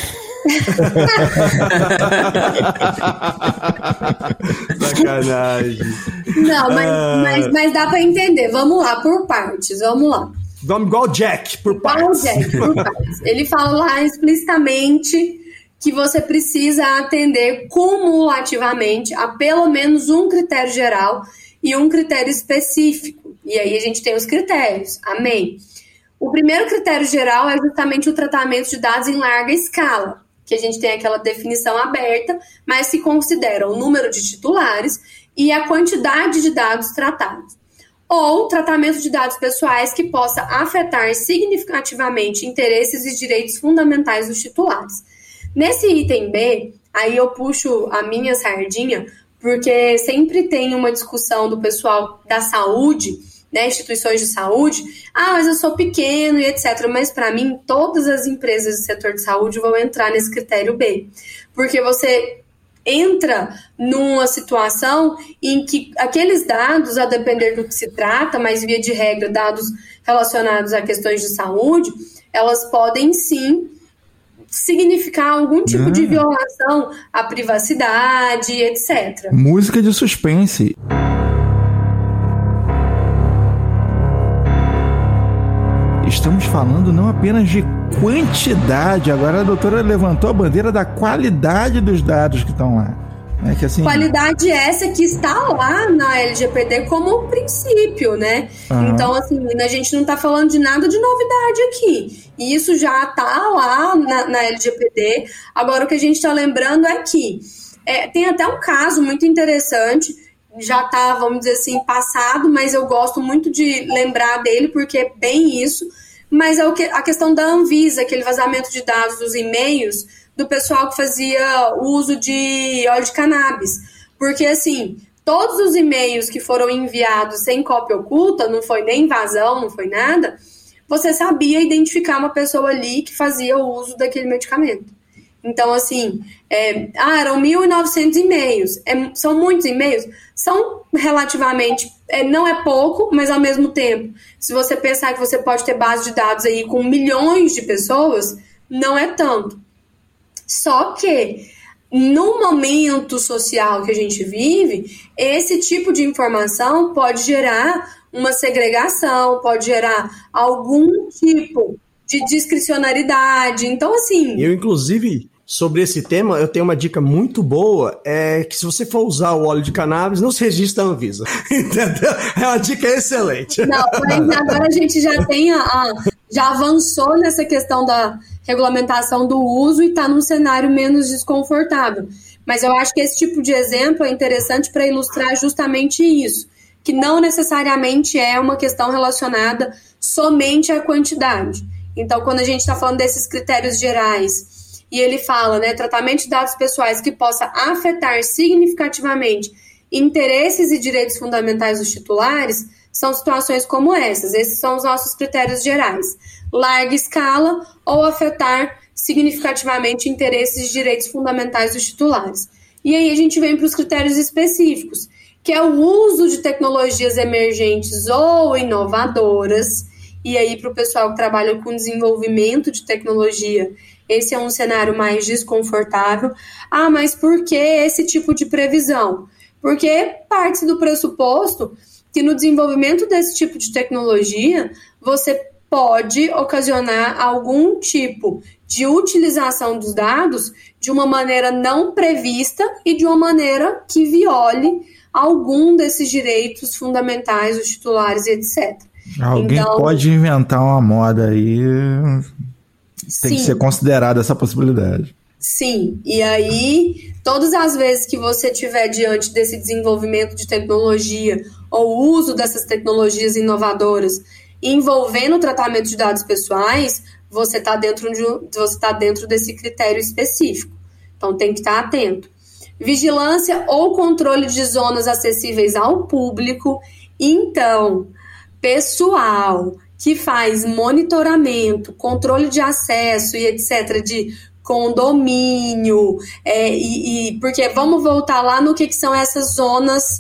Sacanagem. Não, mas, ah. mas, mas dá para entender. Vamos lá, por partes, vamos lá. Vamos igual o Jack, por partes. Igual o Jack, por partes. Ele fala lá explicitamente que você precisa atender cumulativamente a pelo menos um critério geral e um critério específico. E aí a gente tem os critérios. Amém. O primeiro critério geral é justamente o tratamento de dados em larga escala, que a gente tem aquela definição aberta, mas se considera o número de titulares e a quantidade de dados tratados. Ou tratamento de dados pessoais que possa afetar significativamente interesses e direitos fundamentais dos titulares. Nesse item B, aí eu puxo a minha sardinha, porque sempre tem uma discussão do pessoal da saúde, né, instituições de saúde, ah, mas eu sou pequeno e etcétera. Mas para mim, todas as empresas do setor de saúde vão entrar nesse critério B, porque você entra numa situação em que aqueles dados, a depender do que se trata, mas via de regra, dados relacionados a questões de saúde, elas podem sim significar algum tipo ah. de violação à privacidade, etcétera. Música de suspense. Estamos falando não apenas de quantidade, agora a doutora levantou a bandeira da qualidade dos dados que estão lá. É que, assim... Qualidade essa que está lá na L G P D como princípio, né? Uhum. Então, assim, a gente não está falando de nada de novidade aqui. E isso já está lá na, na L G P D. Agora, o que a gente está lembrando é que é, tem até um caso muito interessante, já está, vamos dizer assim, passado, mas eu gosto muito de lembrar dele, porque é bem isso. Mas é o que, a questão da Anvisa, aquele vazamento de dados dos e-mails do pessoal que fazia uso de óleo de cannabis. Porque, assim, todos os e-mails que foram enviados sem cópia oculta, não foi nem invasão, não foi nada, você sabia identificar uma pessoa ali que fazia o uso daquele medicamento. Então, assim, é, ah, eram mil e novecentos e-mails. É, são muitos e-mails? São relativamente, é, não é pouco, mas ao mesmo tempo, se você pensar que você pode ter base de dados aí com milhões de pessoas, não é tanto. Só que, no momento social que a gente vive, esse tipo de informação pode gerar uma segregação, pode gerar algum tipo de discricionariedade. Então, assim... Eu, inclusive, sobre esse tema, eu tenho uma dica muito boa, é que se você for usar o óleo de cannabis, não se registra a Anvisa. Entendeu? É uma dica excelente. Não, mas agora a gente já tem a... a já avançou nessa questão da regulamentação do uso e está num cenário menos desconfortável. Mas eu acho que esse tipo de exemplo é interessante para ilustrar justamente isso, que não necessariamente é uma questão relacionada somente à quantidade. Então, quando a gente está falando desses critérios gerais, e ele fala, né, tratamento de dados pessoais que possa afetar significativamente interesses e direitos fundamentais dos titulares, são situações como essas. Esses são os nossos critérios gerais. Larga escala ou afetar significativamente interesses e direitos fundamentais dos titulares. E aí a gente vem para os critérios específicos, que é o uso de tecnologias emergentes ou inovadoras. E aí, para o pessoal que trabalha com desenvolvimento de tecnologia, esse é um cenário mais desconfortável. Ah, mas por que esse tipo de previsão? Porque parte do pressuposto que no desenvolvimento desse tipo de tecnologia, você pode ocasionar algum tipo de utilização dos dados de uma maneira não prevista e de uma maneira que viole algum desses direitos fundamentais dos titulares, etcétera. Alguém então, pode inventar uma moda aí, tem sim, que ser considerada essa possibilidade. Sim, e aí, todas as vezes que você estiver diante desse desenvolvimento de tecnologia ou uso dessas tecnologias inovadoras envolvendo o tratamento de dados pessoais, você está dentro, de, você tá dentro desse critério específico. Então, tem que estar atento. Vigilância ou controle de zonas acessíveis ao público. Então, pessoal que faz monitoramento, controle de acesso e etcétera de condomínio, é, e, e, porque vamos voltar lá no que, que são essas zonas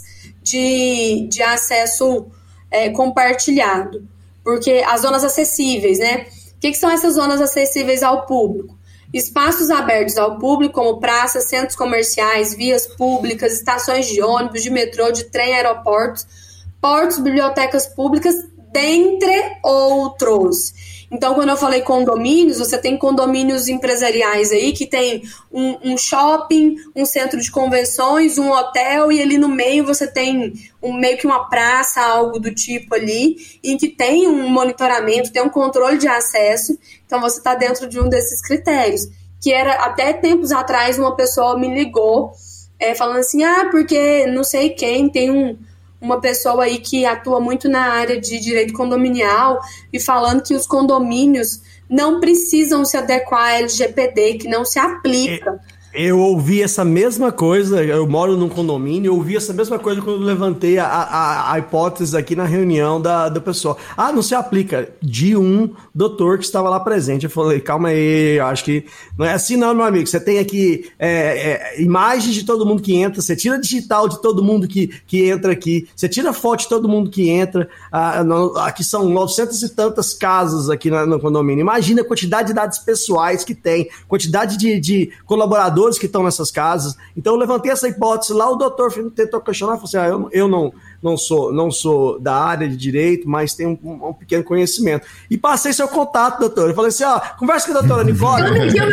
de, de acesso é, compartilhado. Porque as zonas acessíveis, né? O que, que são essas zonas acessíveis ao público? Espaços abertos ao público, como praças, centros comerciais, vias públicas, estações de ônibus, de metrô, de trem, aeroportos, portos, bibliotecas públicas, dentre outros. Então, quando eu falei condomínios, você tem condomínios empresariais aí que tem um, um shopping, um centro de convenções, um hotel, e ali no meio você tem um, meio que uma praça, algo do tipo ali, em que tem um monitoramento, tem um controle de acesso. Então, você está dentro de um desses critérios. Que era, até tempos atrás, uma pessoa me ligou é, falando assim, ah, porque não sei quem tem um... uma pessoa aí que atua muito na área de direito condominial e falando que os condomínios não precisam se adequar à L G P D, que não se aplica. Eu ouvi essa mesma coisa, eu moro num condomínio, eu ouvi essa mesma coisa quando eu levantei a, a, a hipótese aqui na reunião da, da pessoa. Ah, não se aplica. De um doutor que estava lá presente. Eu falei, calma aí, eu acho que não é assim não, meu amigo. Você tem aqui é, é, imagens de todo mundo que entra, você tira digital de todo mundo que, que entra aqui, você tira foto de todo mundo que entra. Ah, no, aqui são novecentas e tantas casas aqui no, no condomínio. Imagina a quantidade de dados pessoais que tem, quantidade de, de colaboradores que estão nessas casas. Então eu levantei essa hipótese lá, o doutor tentou questionar, falou assim, ah, eu, eu não, não sou, não sou da área de direito, mas tenho um, um pequeno conhecimento. E passei seu contato, doutor. Eu falei assim, ó, conversa com a doutora Nicole.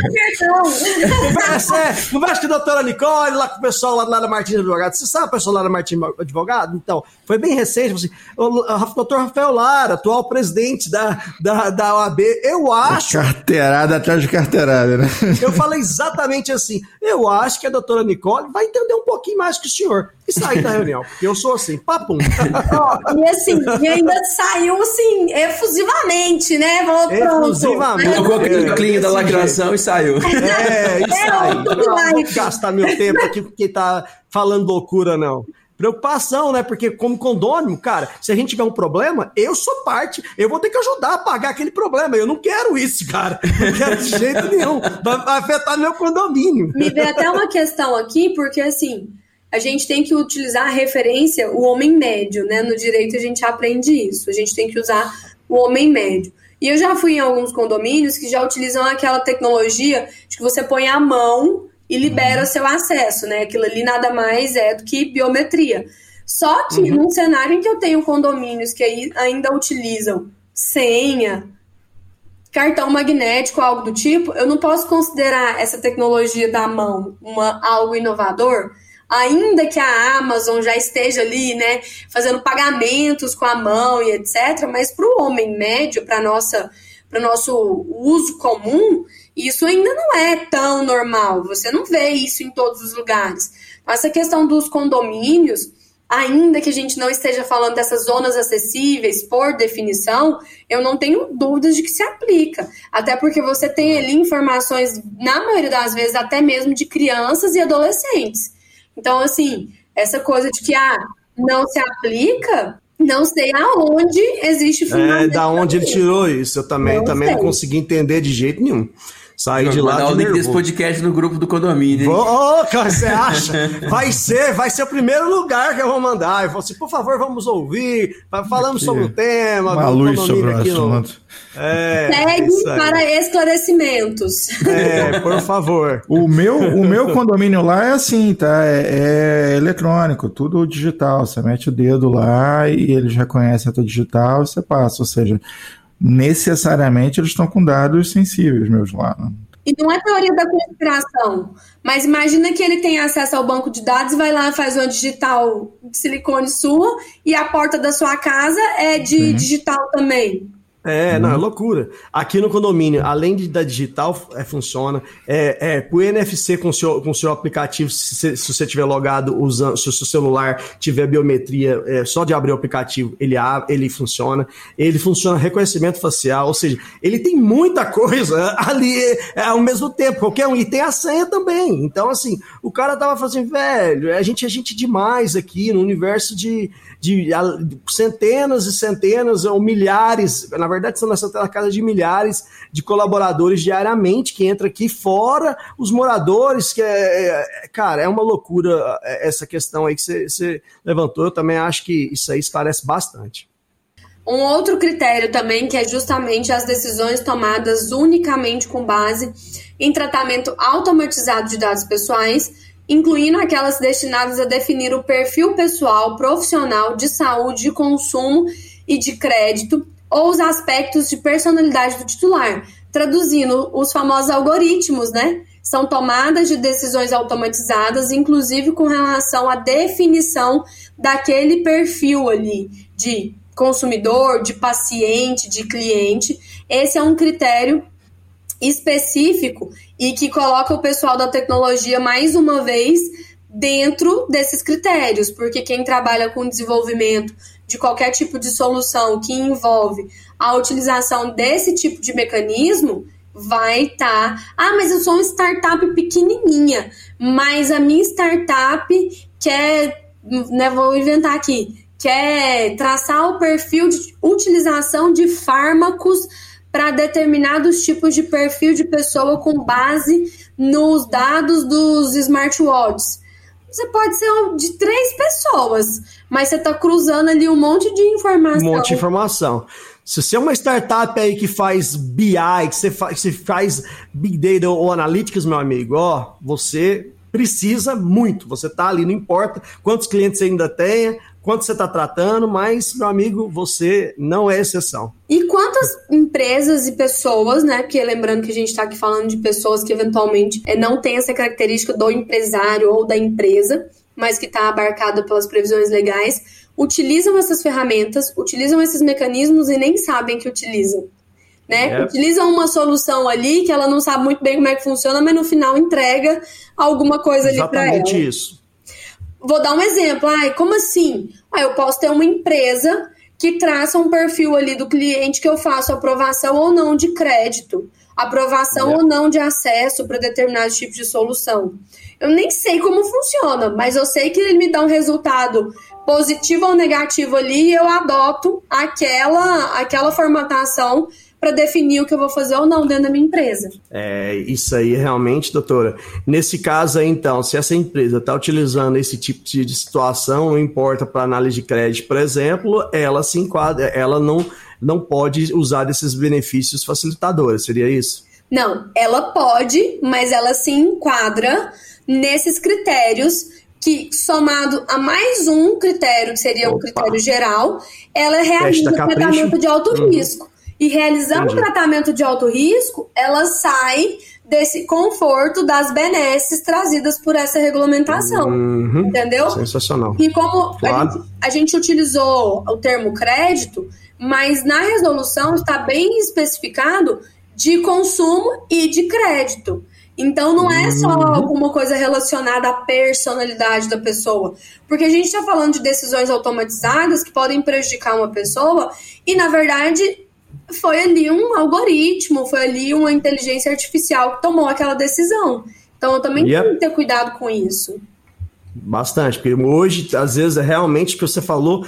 conversa, é, conversa com a doutora Nicole, lá com o pessoal lá, lá da Martins Advogado. Você sabe o pessoal lá da Martins Advogado? Então, foi bem recente. Assim, o, o doutor Rafael Lara, atual presidente da, da, da O A B, eu acho... Carteirada atrás de carteirada, né? Eu falei exatamente assim, eu acho que a doutora Nicole vai entender um pouquinho mais que o senhor. E sair da reunião, porque eu sou assim, papum. Oh, e assim, e ainda saiu assim, efusivamente, né? Falou, efusivamente. Colocou aquele clean da lacração e saiu. É, e é, saiu. Não, não vou gastar meu tempo aqui porque tá falando loucura, não. Preocupação, né? Porque como condômino, cara, se a gente tiver um problema, eu sou parte, eu vou ter que ajudar a pagar aquele problema. Eu não quero isso, cara. Não quero de jeito nenhum. Vai afetar meu condomínio. Me veio até uma questão aqui, porque assim, a gente tem que utilizar a referência, o homem médio, né? No direito a gente aprende isso. A gente tem que usar o homem médio. E eu já fui em alguns condomínios que já utilizam aquela tecnologia de que você põe a mão e libera uhum. seu acesso, né? Aquilo ali nada mais é do que biometria. Só que uhum. num cenário em que eu tenho condomínios que aí ainda utilizam senha, cartão magnético, algo do tipo, eu não posso considerar essa tecnologia da mão uma, algo inovador, ainda que a Amazon já esteja ali, né, fazendo pagamentos com a mão e etcétera, mas para o homem médio, para nossa, para o nosso uso comum, isso ainda não é tão normal. Você não vê isso em todos os lugares. Essa questão dos condomínios, ainda que a gente não esteja falando dessas zonas acessíveis por definição, eu não tenho dúvidas de que se aplica. Até porque você tem ali informações, na maioria das vezes, até mesmo de crianças e adolescentes. Então, assim, essa coisa de que ah, não se aplica, não sei aonde existe fundamento. É, da onde ele tirou isso. Eu também não, também não consegui entender de jeito nenhum. Saí de lá de o link nervoso. Desse podcast no grupo do condomínio. Ô, oh, cara, você acha? Vai ser, vai ser o primeiro lugar que eu vou mandar. Eu vou assim, por favor, vamos ouvir. Falamos sobre o tema. Uma luz sobre o assunto. É, Segue para esclarecimentos. É, por favor. O meu, o meu condomínio lá é assim, tá? É, é eletrônico, tudo digital. Você mete o dedo lá e eles reconhecem a tua digital e você passa. Ou seja, necessariamente eles estão com dados sensíveis meus lá. Né? E não é teoria da conspiração, mas imagina que ele tem acesso ao banco de dados, vai lá, faz uma digital de silicone sua e a porta da sua casa é de Sim. digital também. É, não, é loucura. Aqui no condomínio, além de da digital, é, funciona. É, é, o N F C com o seu, com o seu aplicativo, se, se você tiver logado usando, se o seu celular tiver biometria, é, só de abrir o aplicativo, ele, ele funciona. Ele funciona reconhecimento facial, ou seja, ele tem muita coisa ali é, ao mesmo tempo, qualquer um. E tem a senha também. Então, assim, o cara tava fazendo, velho, a gente é gente demais aqui no universo de, de, de centenas e centenas ou milhares, na Na verdade, estão nessa casa de milhares de colaboradores diariamente que entra aqui, fora os moradores, que é, é cara, é uma loucura essa questão aí que você, você levantou. Eu também acho que isso aí esclarece bastante. Um outro critério também, que é justamente as decisões tomadas unicamente com base em tratamento automatizado de dados pessoais, incluindo aquelas destinadas a definir o perfil pessoal, profissional, de saúde, de consumo e de crédito, ou os aspectos de personalidade do titular. Traduzindo, os famosos algoritmos, né? São tomadas de decisões automatizadas, inclusive com relação à definição daquele perfil ali, de consumidor, de paciente, de cliente. Esse é um critério específico e que coloca o pessoal da tecnologia, mais uma vez, dentro desses critérios, porque quem trabalha com desenvolvimento de qualquer tipo de solução que envolve a utilização desse tipo de mecanismo, vai estar... Tá, ah, mas eu sou uma startup pequenininha, mas a minha startup quer, né, vou inventar aqui, quer traçar o perfil de utilização de fármacos para determinados tipos de perfil de pessoa com base nos dados dos smartwatches. Você pode ser de três pessoas, mas você está cruzando ali um monte de informação. Um monte de informação. Se você é uma startup aí que faz B I, que você faz, que você faz Big Data ou Analytics, meu amigo, ó, você precisa muito. Você está ali, não importa quantos clientes você ainda tenha, quanto você está tratando, mas, meu amigo, você não é exceção. E quantas empresas e pessoas, né? Porque lembrando que a gente está aqui falando de pessoas que eventualmente é, não têm essa característica do empresário ou da empresa, mas que está abarcada pelas previsões legais, utilizam essas ferramentas, utilizam esses mecanismos e nem sabem que utilizam. Né? É. Utilizam uma solução ali que ela não sabe muito bem como é que funciona, mas no final entrega alguma coisa ali para ela. Exatamente isso. Vou dar um exemplo. Ai, como assim? Ah, eu posso ter uma empresa que traça um perfil ali do cliente que eu faço aprovação ou não de crédito, aprovação é. ou não de acesso para determinados tipos de solução. Eu nem sei como funciona, mas eu sei que ele me dá um resultado positivo ou negativo ali e eu adoto aquela, aquela formatação para definir o que eu vou fazer ou não dentro da minha empresa. É, isso aí realmente, doutora. Nesse caso aí, então, se essa empresa está utilizando esse tipo de situação, não importa para análise de crédito, por exemplo, ela se enquadra, ela não, não pode usar desses benefícios facilitadores, seria isso? Não, ela pode, mas ela se enquadra nesses critérios que, somado a mais um critério, que seria Opa. um critério geral, ela realiza o tratamento de alto uhum. risco. E realizando Entendi. o tratamento de alto risco, ela sai desse conforto das benesses trazidas por essa regulamentação. Uhum. Entendeu? Sensacional. E como claro. a, gente, a gente utilizou o termo crédito, mas na resolução está bem especificado de consumo e de crédito. Então, não é só alguma coisa relacionada à personalidade da pessoa. Porque a gente está falando de decisões automatizadas que podem prejudicar uma pessoa e, na verdade, foi ali um algoritmo, foi ali uma inteligência artificial que tomou aquela decisão. Então, eu também yep. tenho que ter cuidado com isso. Bastante, porque hoje, às vezes, é realmente o que você falou,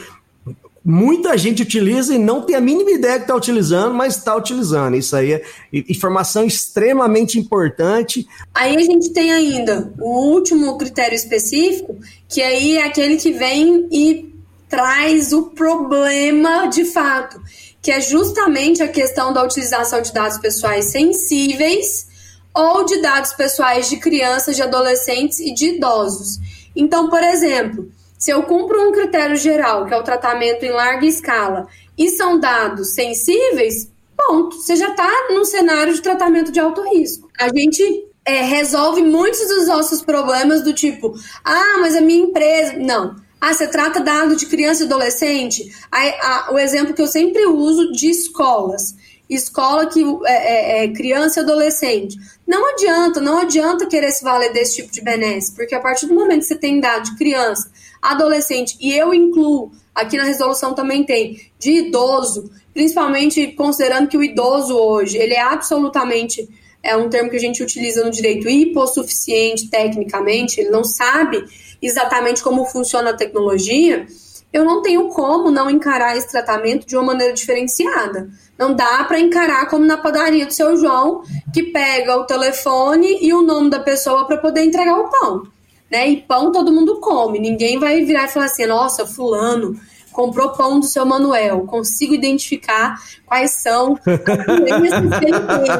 muita gente utiliza e não tem a mínima ideia que está utilizando, mas está utilizando. Isso aí é informação extremamente importante. Aí a gente tem ainda o último critério específico, que aí é aquele que vem e traz o problema de fato, que é justamente a questão da utilização de dados pessoais sensíveis ou de dados pessoais de crianças, de adolescentes e de idosos. Então, por exemplo, se eu cumpro um critério geral, que é o tratamento em larga escala, e são dados sensíveis, ponto, você já está num cenário de tratamento de alto risco. A gente é, resolve muitos dos nossos problemas do tipo, ah, mas a minha empresa... Não. Ah, você trata dado de criança e adolescente? Aí, a, o exemplo que eu sempre uso de escolas. Escola que é, é, é criança e adolescente. Não adianta, não adianta querer se valer desse tipo de benesse, porque a partir do momento que você tem dado de criança, adolescente, e eu incluo, aqui na resolução também tem, de idoso, principalmente considerando que o idoso hoje, ele é absolutamente, é um termo que a gente utiliza no direito hipossuficiente tecnicamente, ele não sabe exatamente como funciona a tecnologia, eu não tenho como não encarar esse tratamento de uma maneira diferenciada. Não dá para encarar como na padaria do seu João, que pega o telefone e o nome da pessoa para poder entregar o pão. Né? E pão todo mundo come. Ninguém vai virar e falar assim, nossa, fulano comprou pão do seu Manuel. Consigo identificar quais são as doenças que ele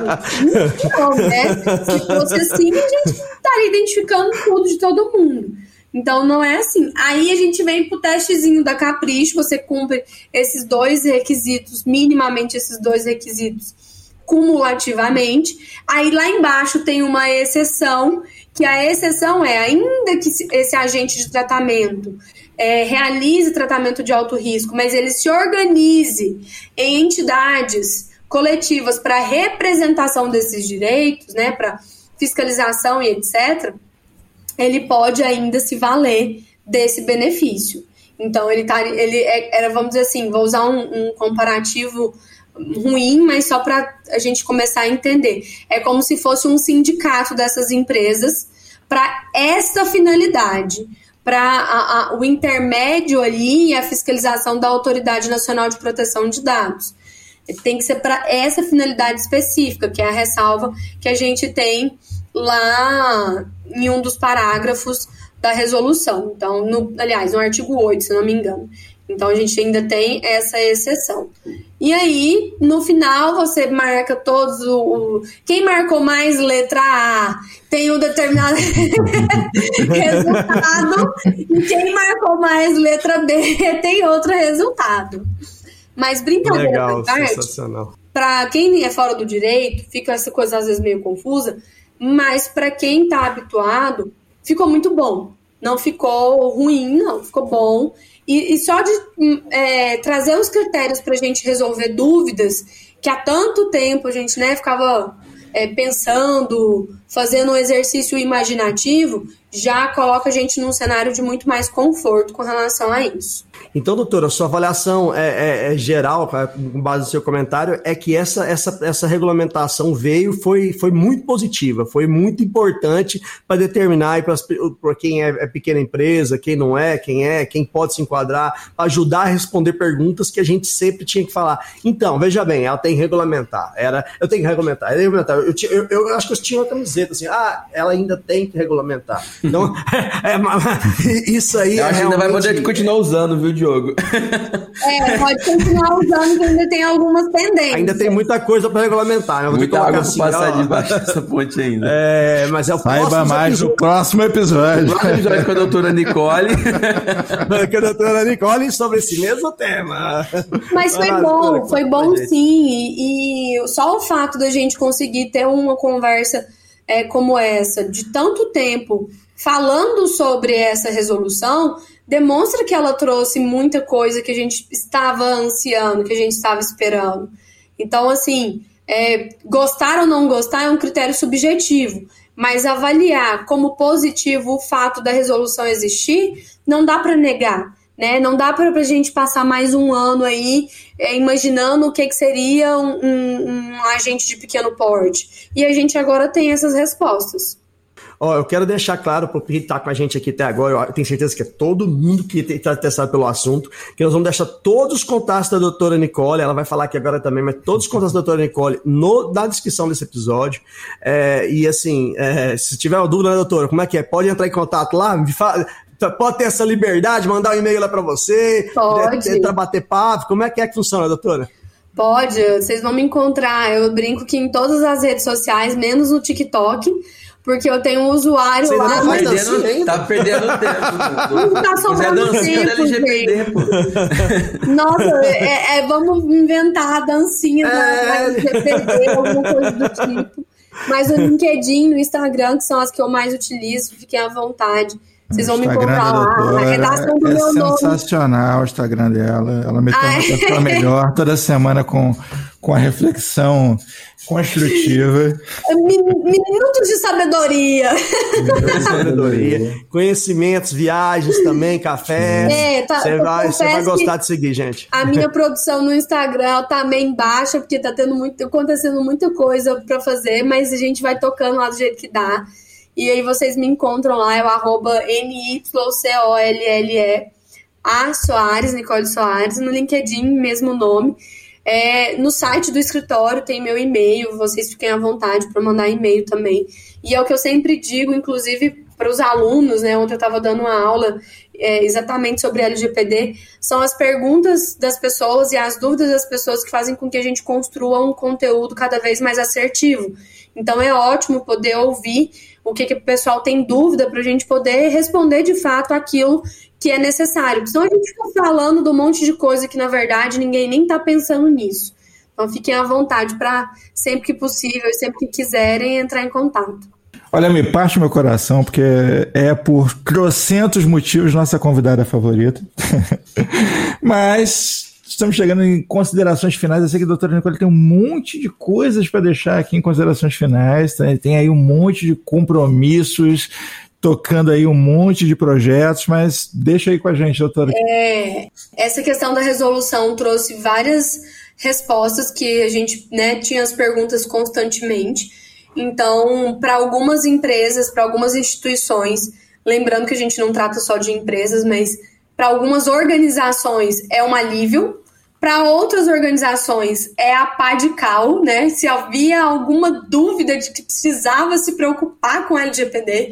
tem. Não, né? Se fosse assim, a gente estaria identificando tudo de todo mundo. Então, não é assim. Aí a gente vem pro testezinho da Capricho, você cumpre esses dois requisitos, minimamente esses dois requisitos, cumulativamente. Aí lá embaixo tem uma exceção, que a exceção é, ainda que esse agente de tratamento é, realize tratamento de alto risco, mas ele se organize em entidades coletivas para representação desses direitos, né, para fiscalização e etcétera, ele pode ainda se valer desse benefício. Então, ele, tá, ele é, era, vamos dizer assim, vou usar um, um comparativo ruim, mas só para a gente começar a entender. É como se fosse um sindicato dessas empresas para essa finalidade, para o intermédio ali e a fiscalização da Autoridade Nacional de Proteção de Dados. Tem que ser para essa finalidade específica, que é a ressalva que a gente tem lá em um dos parágrafos da resolução. Então, no, aliás, no artigo oito, se não me engano. Então, a gente ainda tem essa exceção. E aí, no final, você marca todos o... o quem marcou mais letra A tem um determinado resultado, e quem marcou mais letra B tem outro resultado. Mas brincadeira Legal, à parte, sensacional. para quem é fora do direito, fica essa coisa às vezes meio confusa, mas para quem está habituado, ficou muito bom. Não ficou ruim, não, ficou bom. E, e só de é, trazer os critérios para a gente resolver dúvidas, que há tanto tempo a gente, né, ficava é, pensando, fazendo um exercício imaginativo, já coloca a gente num cenário de muito mais conforto com relação a isso. Então, doutora, sua avaliação é, é, é geral, com base no seu comentário, é que essa, essa, essa regulamentação veio, foi, foi muito positiva, foi muito importante para determinar para quem é, é pequena empresa, quem não é, quem é, quem pode se enquadrar, ajudar a responder perguntas que a gente sempre tinha que falar. Então, veja bem, ela tem que regulamentar, era, eu tenho que regulamentar, eu, tenho que regulamentar. Eu, eu, eu, eu acho que eu tinha uma camiseta assim, ah, ela ainda tem que regulamentar. Então, é, isso aí eu é acho que ainda vai realmente... poder continuar usando, viu, Diogo? É, pode continuar usando, que ainda tem algumas pendências. Ainda tem muita coisa para regulamentar, né? Vou muita água assim, para passar ó, debaixo dessa ponte ainda. É, mas é o Saiba mais no próximo episódio. O próximo episódio com a doutora Nicole. Com a doutora Nicole sobre esse mesmo tema. Mas foi ah, bom, doutora, foi bom sim. E, e só o fato da gente conseguir ter uma conversa é, como essa, de tanto tempo, falando sobre essa resolução, demonstra que ela trouxe muita coisa que a gente estava ansiando, que a gente estava esperando. Então, assim, é, gostar ou não gostar é um critério subjetivo, mas avaliar como positivo o fato da resolução existir, não dá para negar, né? Não dá para a gente passar mais um ano aí é, imaginando o que, que seria um, um, um agente de pequeno porte. E a gente agora tem essas respostas. Ó, eu quero deixar claro para quem está com a gente aqui até agora, eu tenho certeza que é todo mundo que está interessado pelo assunto, que nós vamos deixar todos os contatos da doutora Nicole, ela vai falar aqui agora também, mas todos os contatos da doutora Nicole no, na descrição desse episódio. É, e assim, é, se tiver uma dúvida, né, doutora, como é que é? Pode entrar em contato lá, me fala, pode ter essa liberdade, mandar um e-mail lá para você, pode entrar, bater papo, como é que é que funciona, doutora? Pode, vocês vão me encontrar, eu brinco que em todas as redes sociais, menos no TikTok, porque eu tenho um usuário você lá... Tá perdendo, assim, tá perdendo tempo. Não tá sobrando tempo, L G P D, pô. Nossa, é, é, vamos inventar a dancinha da É. L G P D, alguma coisa do tipo. Mas o LinkedIn, no Instagram, que são as que eu mais utilizo, fiquem à vontade. Vocês vão me encontrar lá, na redação do é meu nome. sensacional o Instagram dela. Ela meteu uma pessoa melhor toda semana com, com a reflexão construtiva. Minutos de sabedoria. Sabedoria. Conhecimentos, viagens também, café. É, tá, você vai, você vai gostar de seguir, gente. A minha produção no Instagram tá meio baixa, porque tá tendo muito, acontecendo muita coisa pra fazer, mas a gente vai tocando lá do jeito que dá. E aí vocês me encontram lá, é o arroba N Y C O L L E A Soares, Nicole Soares, no LinkedIn, mesmo nome. É, no site do escritório tem meu e-mail, vocês fiquem à vontade para mandar e-mail também. E é o que eu sempre digo, inclusive para os alunos, né? Ontem eu estava dando uma aula é, exatamente sobre L G P D, são as perguntas das pessoas e as dúvidas das pessoas que fazem com que a gente construa um conteúdo cada vez mais assertivo. Então é ótimo poder ouvir o que, que o pessoal tem dúvida para a gente poder responder de fato aquilo que é necessário. Senão a gente fica falando de um monte de coisa que, na verdade, ninguém nem está pensando nisso. Então fiquem à vontade para, sempre que possível e sempre que quiserem, entrar em contato. Olha, me parte meu coração, porque é por trocentos motivos nossa convidada favorita. Mas estamos chegando em considerações finais. Eu sei que a doutora Nicole tem um monte de coisas para deixar aqui em considerações finais. Tem aí um monte de compromissos, tocando aí um monte de projetos, mas deixa aí com a gente, doutora. É, essa questão da resolução trouxe várias respostas que a gente, né, tinha as perguntas constantemente. Então, para algumas empresas, para algumas instituições, lembrando que a gente não trata só de empresas, mas para algumas organizações é um alívio, para outras organizações é a pá de cal, né? Se havia alguma dúvida de que precisava se preocupar com L G P D,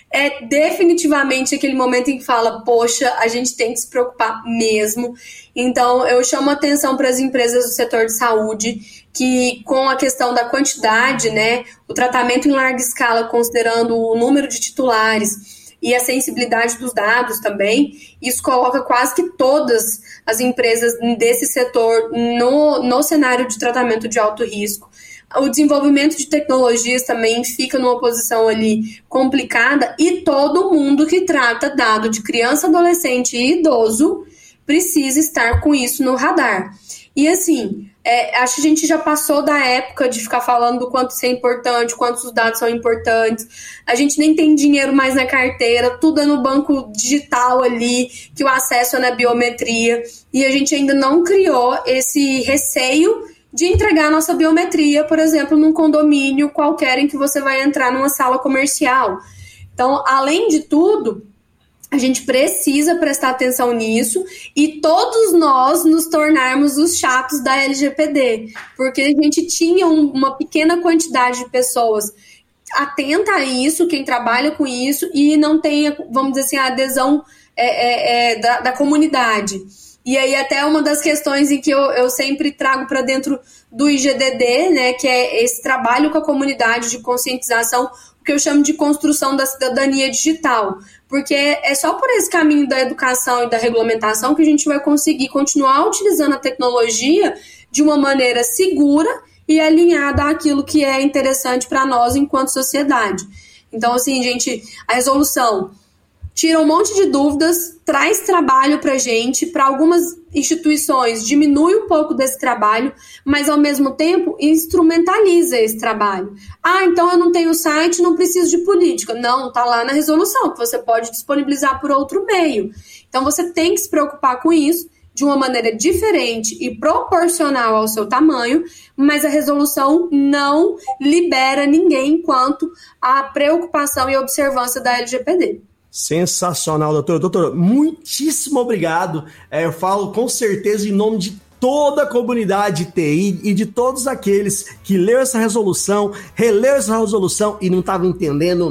é definitivamente aquele momento em que fala, poxa, a gente tem que se preocupar mesmo. Então, eu chamo a atenção para as empresas do setor de saúde, que com a questão da quantidade, né, o tratamento em larga escala, considerando o número de titulares e a sensibilidade dos dados também, isso coloca quase que todas as empresas desse setor no, no cenário de tratamento de alto risco. O desenvolvimento de tecnologias também fica numa posição ali complicada e todo mundo que trata dado de criança, adolescente e idoso precisa estar com isso no radar. E assim, é, acho que a gente já passou da época de ficar falando do quanto isso é importante, quantos os dados são importantes. A gente nem tem dinheiro mais na carteira, tudo é no banco digital ali, que o acesso é na biometria. E a gente ainda não criou esse receio de entregar a nossa biometria, por exemplo, num condomínio qualquer em que você vai entrar numa sala comercial. Então, além de tudo, a gente precisa prestar atenção nisso e todos nós nos tornarmos os chatos da L G P D, porque a gente tinha um, uma pequena quantidade de pessoas atenta a isso, quem trabalha com isso, e não tem, vamos dizer assim, a adesão é, é, é, da, da comunidade. E aí até uma das questões em que eu, eu sempre trago para dentro do I G D D, né, que é esse trabalho com a comunidade de conscientização, o que eu chamo de construção da cidadania digital, porque é só por esse caminho da educação e da regulamentação que a gente vai conseguir continuar utilizando a tecnologia de uma maneira segura e alinhada àquilo que é interessante para nós enquanto sociedade. Então, assim, gente, a resolução tira um monte de dúvidas, traz trabalho para a gente, para algumas instituições diminui um pouco desse trabalho, mas ao mesmo tempo instrumentaliza esse trabalho. Ah, então eu não tenho site, não preciso de política. Não, está lá na resolução, que você pode disponibilizar por outro meio. Então você tem que se preocupar com isso de uma maneira diferente e proporcional ao seu tamanho, mas a resolução não libera ninguém quanto à preocupação e observância da L G P D. Sensacional, doutor. Doutor, muitíssimo obrigado. É, eu falo com certeza em nome de toda a comunidade T I e de todos aqueles que leu essa resolução, releu essa resolução e não estava entendendo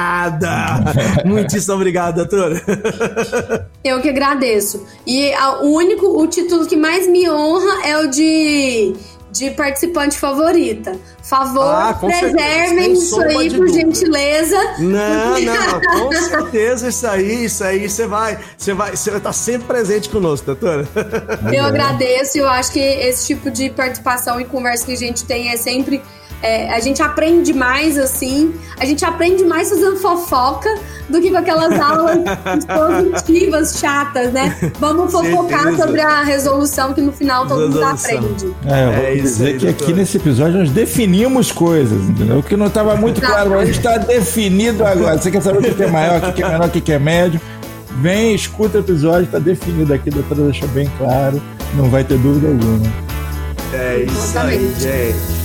nada. Muitíssimo obrigado, doutor. Eu que agradeço. E a, o único, o título que mais me honra é o de... de participante favorita. Favor, ah, preservem isso aí, por dúvida. Gentileza. Não, não, com certeza isso aí, isso aí, você vai, você vai, você vai estar sempre presente conosco, doutora. Eu agradeço, eu acho que esse tipo de participação e conversa que a gente tem é sempre, é, a gente aprende mais assim, a gente aprende mais fazendo fofoca do que com aquelas aulas positivas, chatas, né? Vamos fofocar sobre a resolução que no final todo mundo aprende. É, eu vou é dizer aí, que doutor. Aqui nesse episódio nós definimos coisas, entendeu? O que não estava muito claro, mas a gente está definido agora. Você quer saber o que é maior, o que é menor, o que é médio? Vem, escuta o episódio, está definido aqui, a doutora deixou bem claro, não vai ter dúvida alguma. É isso aí, gente.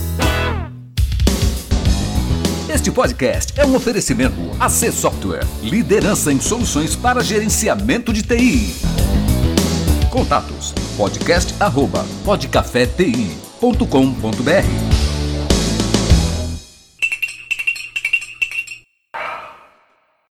Este podcast é um oferecimento A C Software, liderança em soluções para gerenciamento de T I. Contatos: podcast arroba podcafeti ponto com ponto br.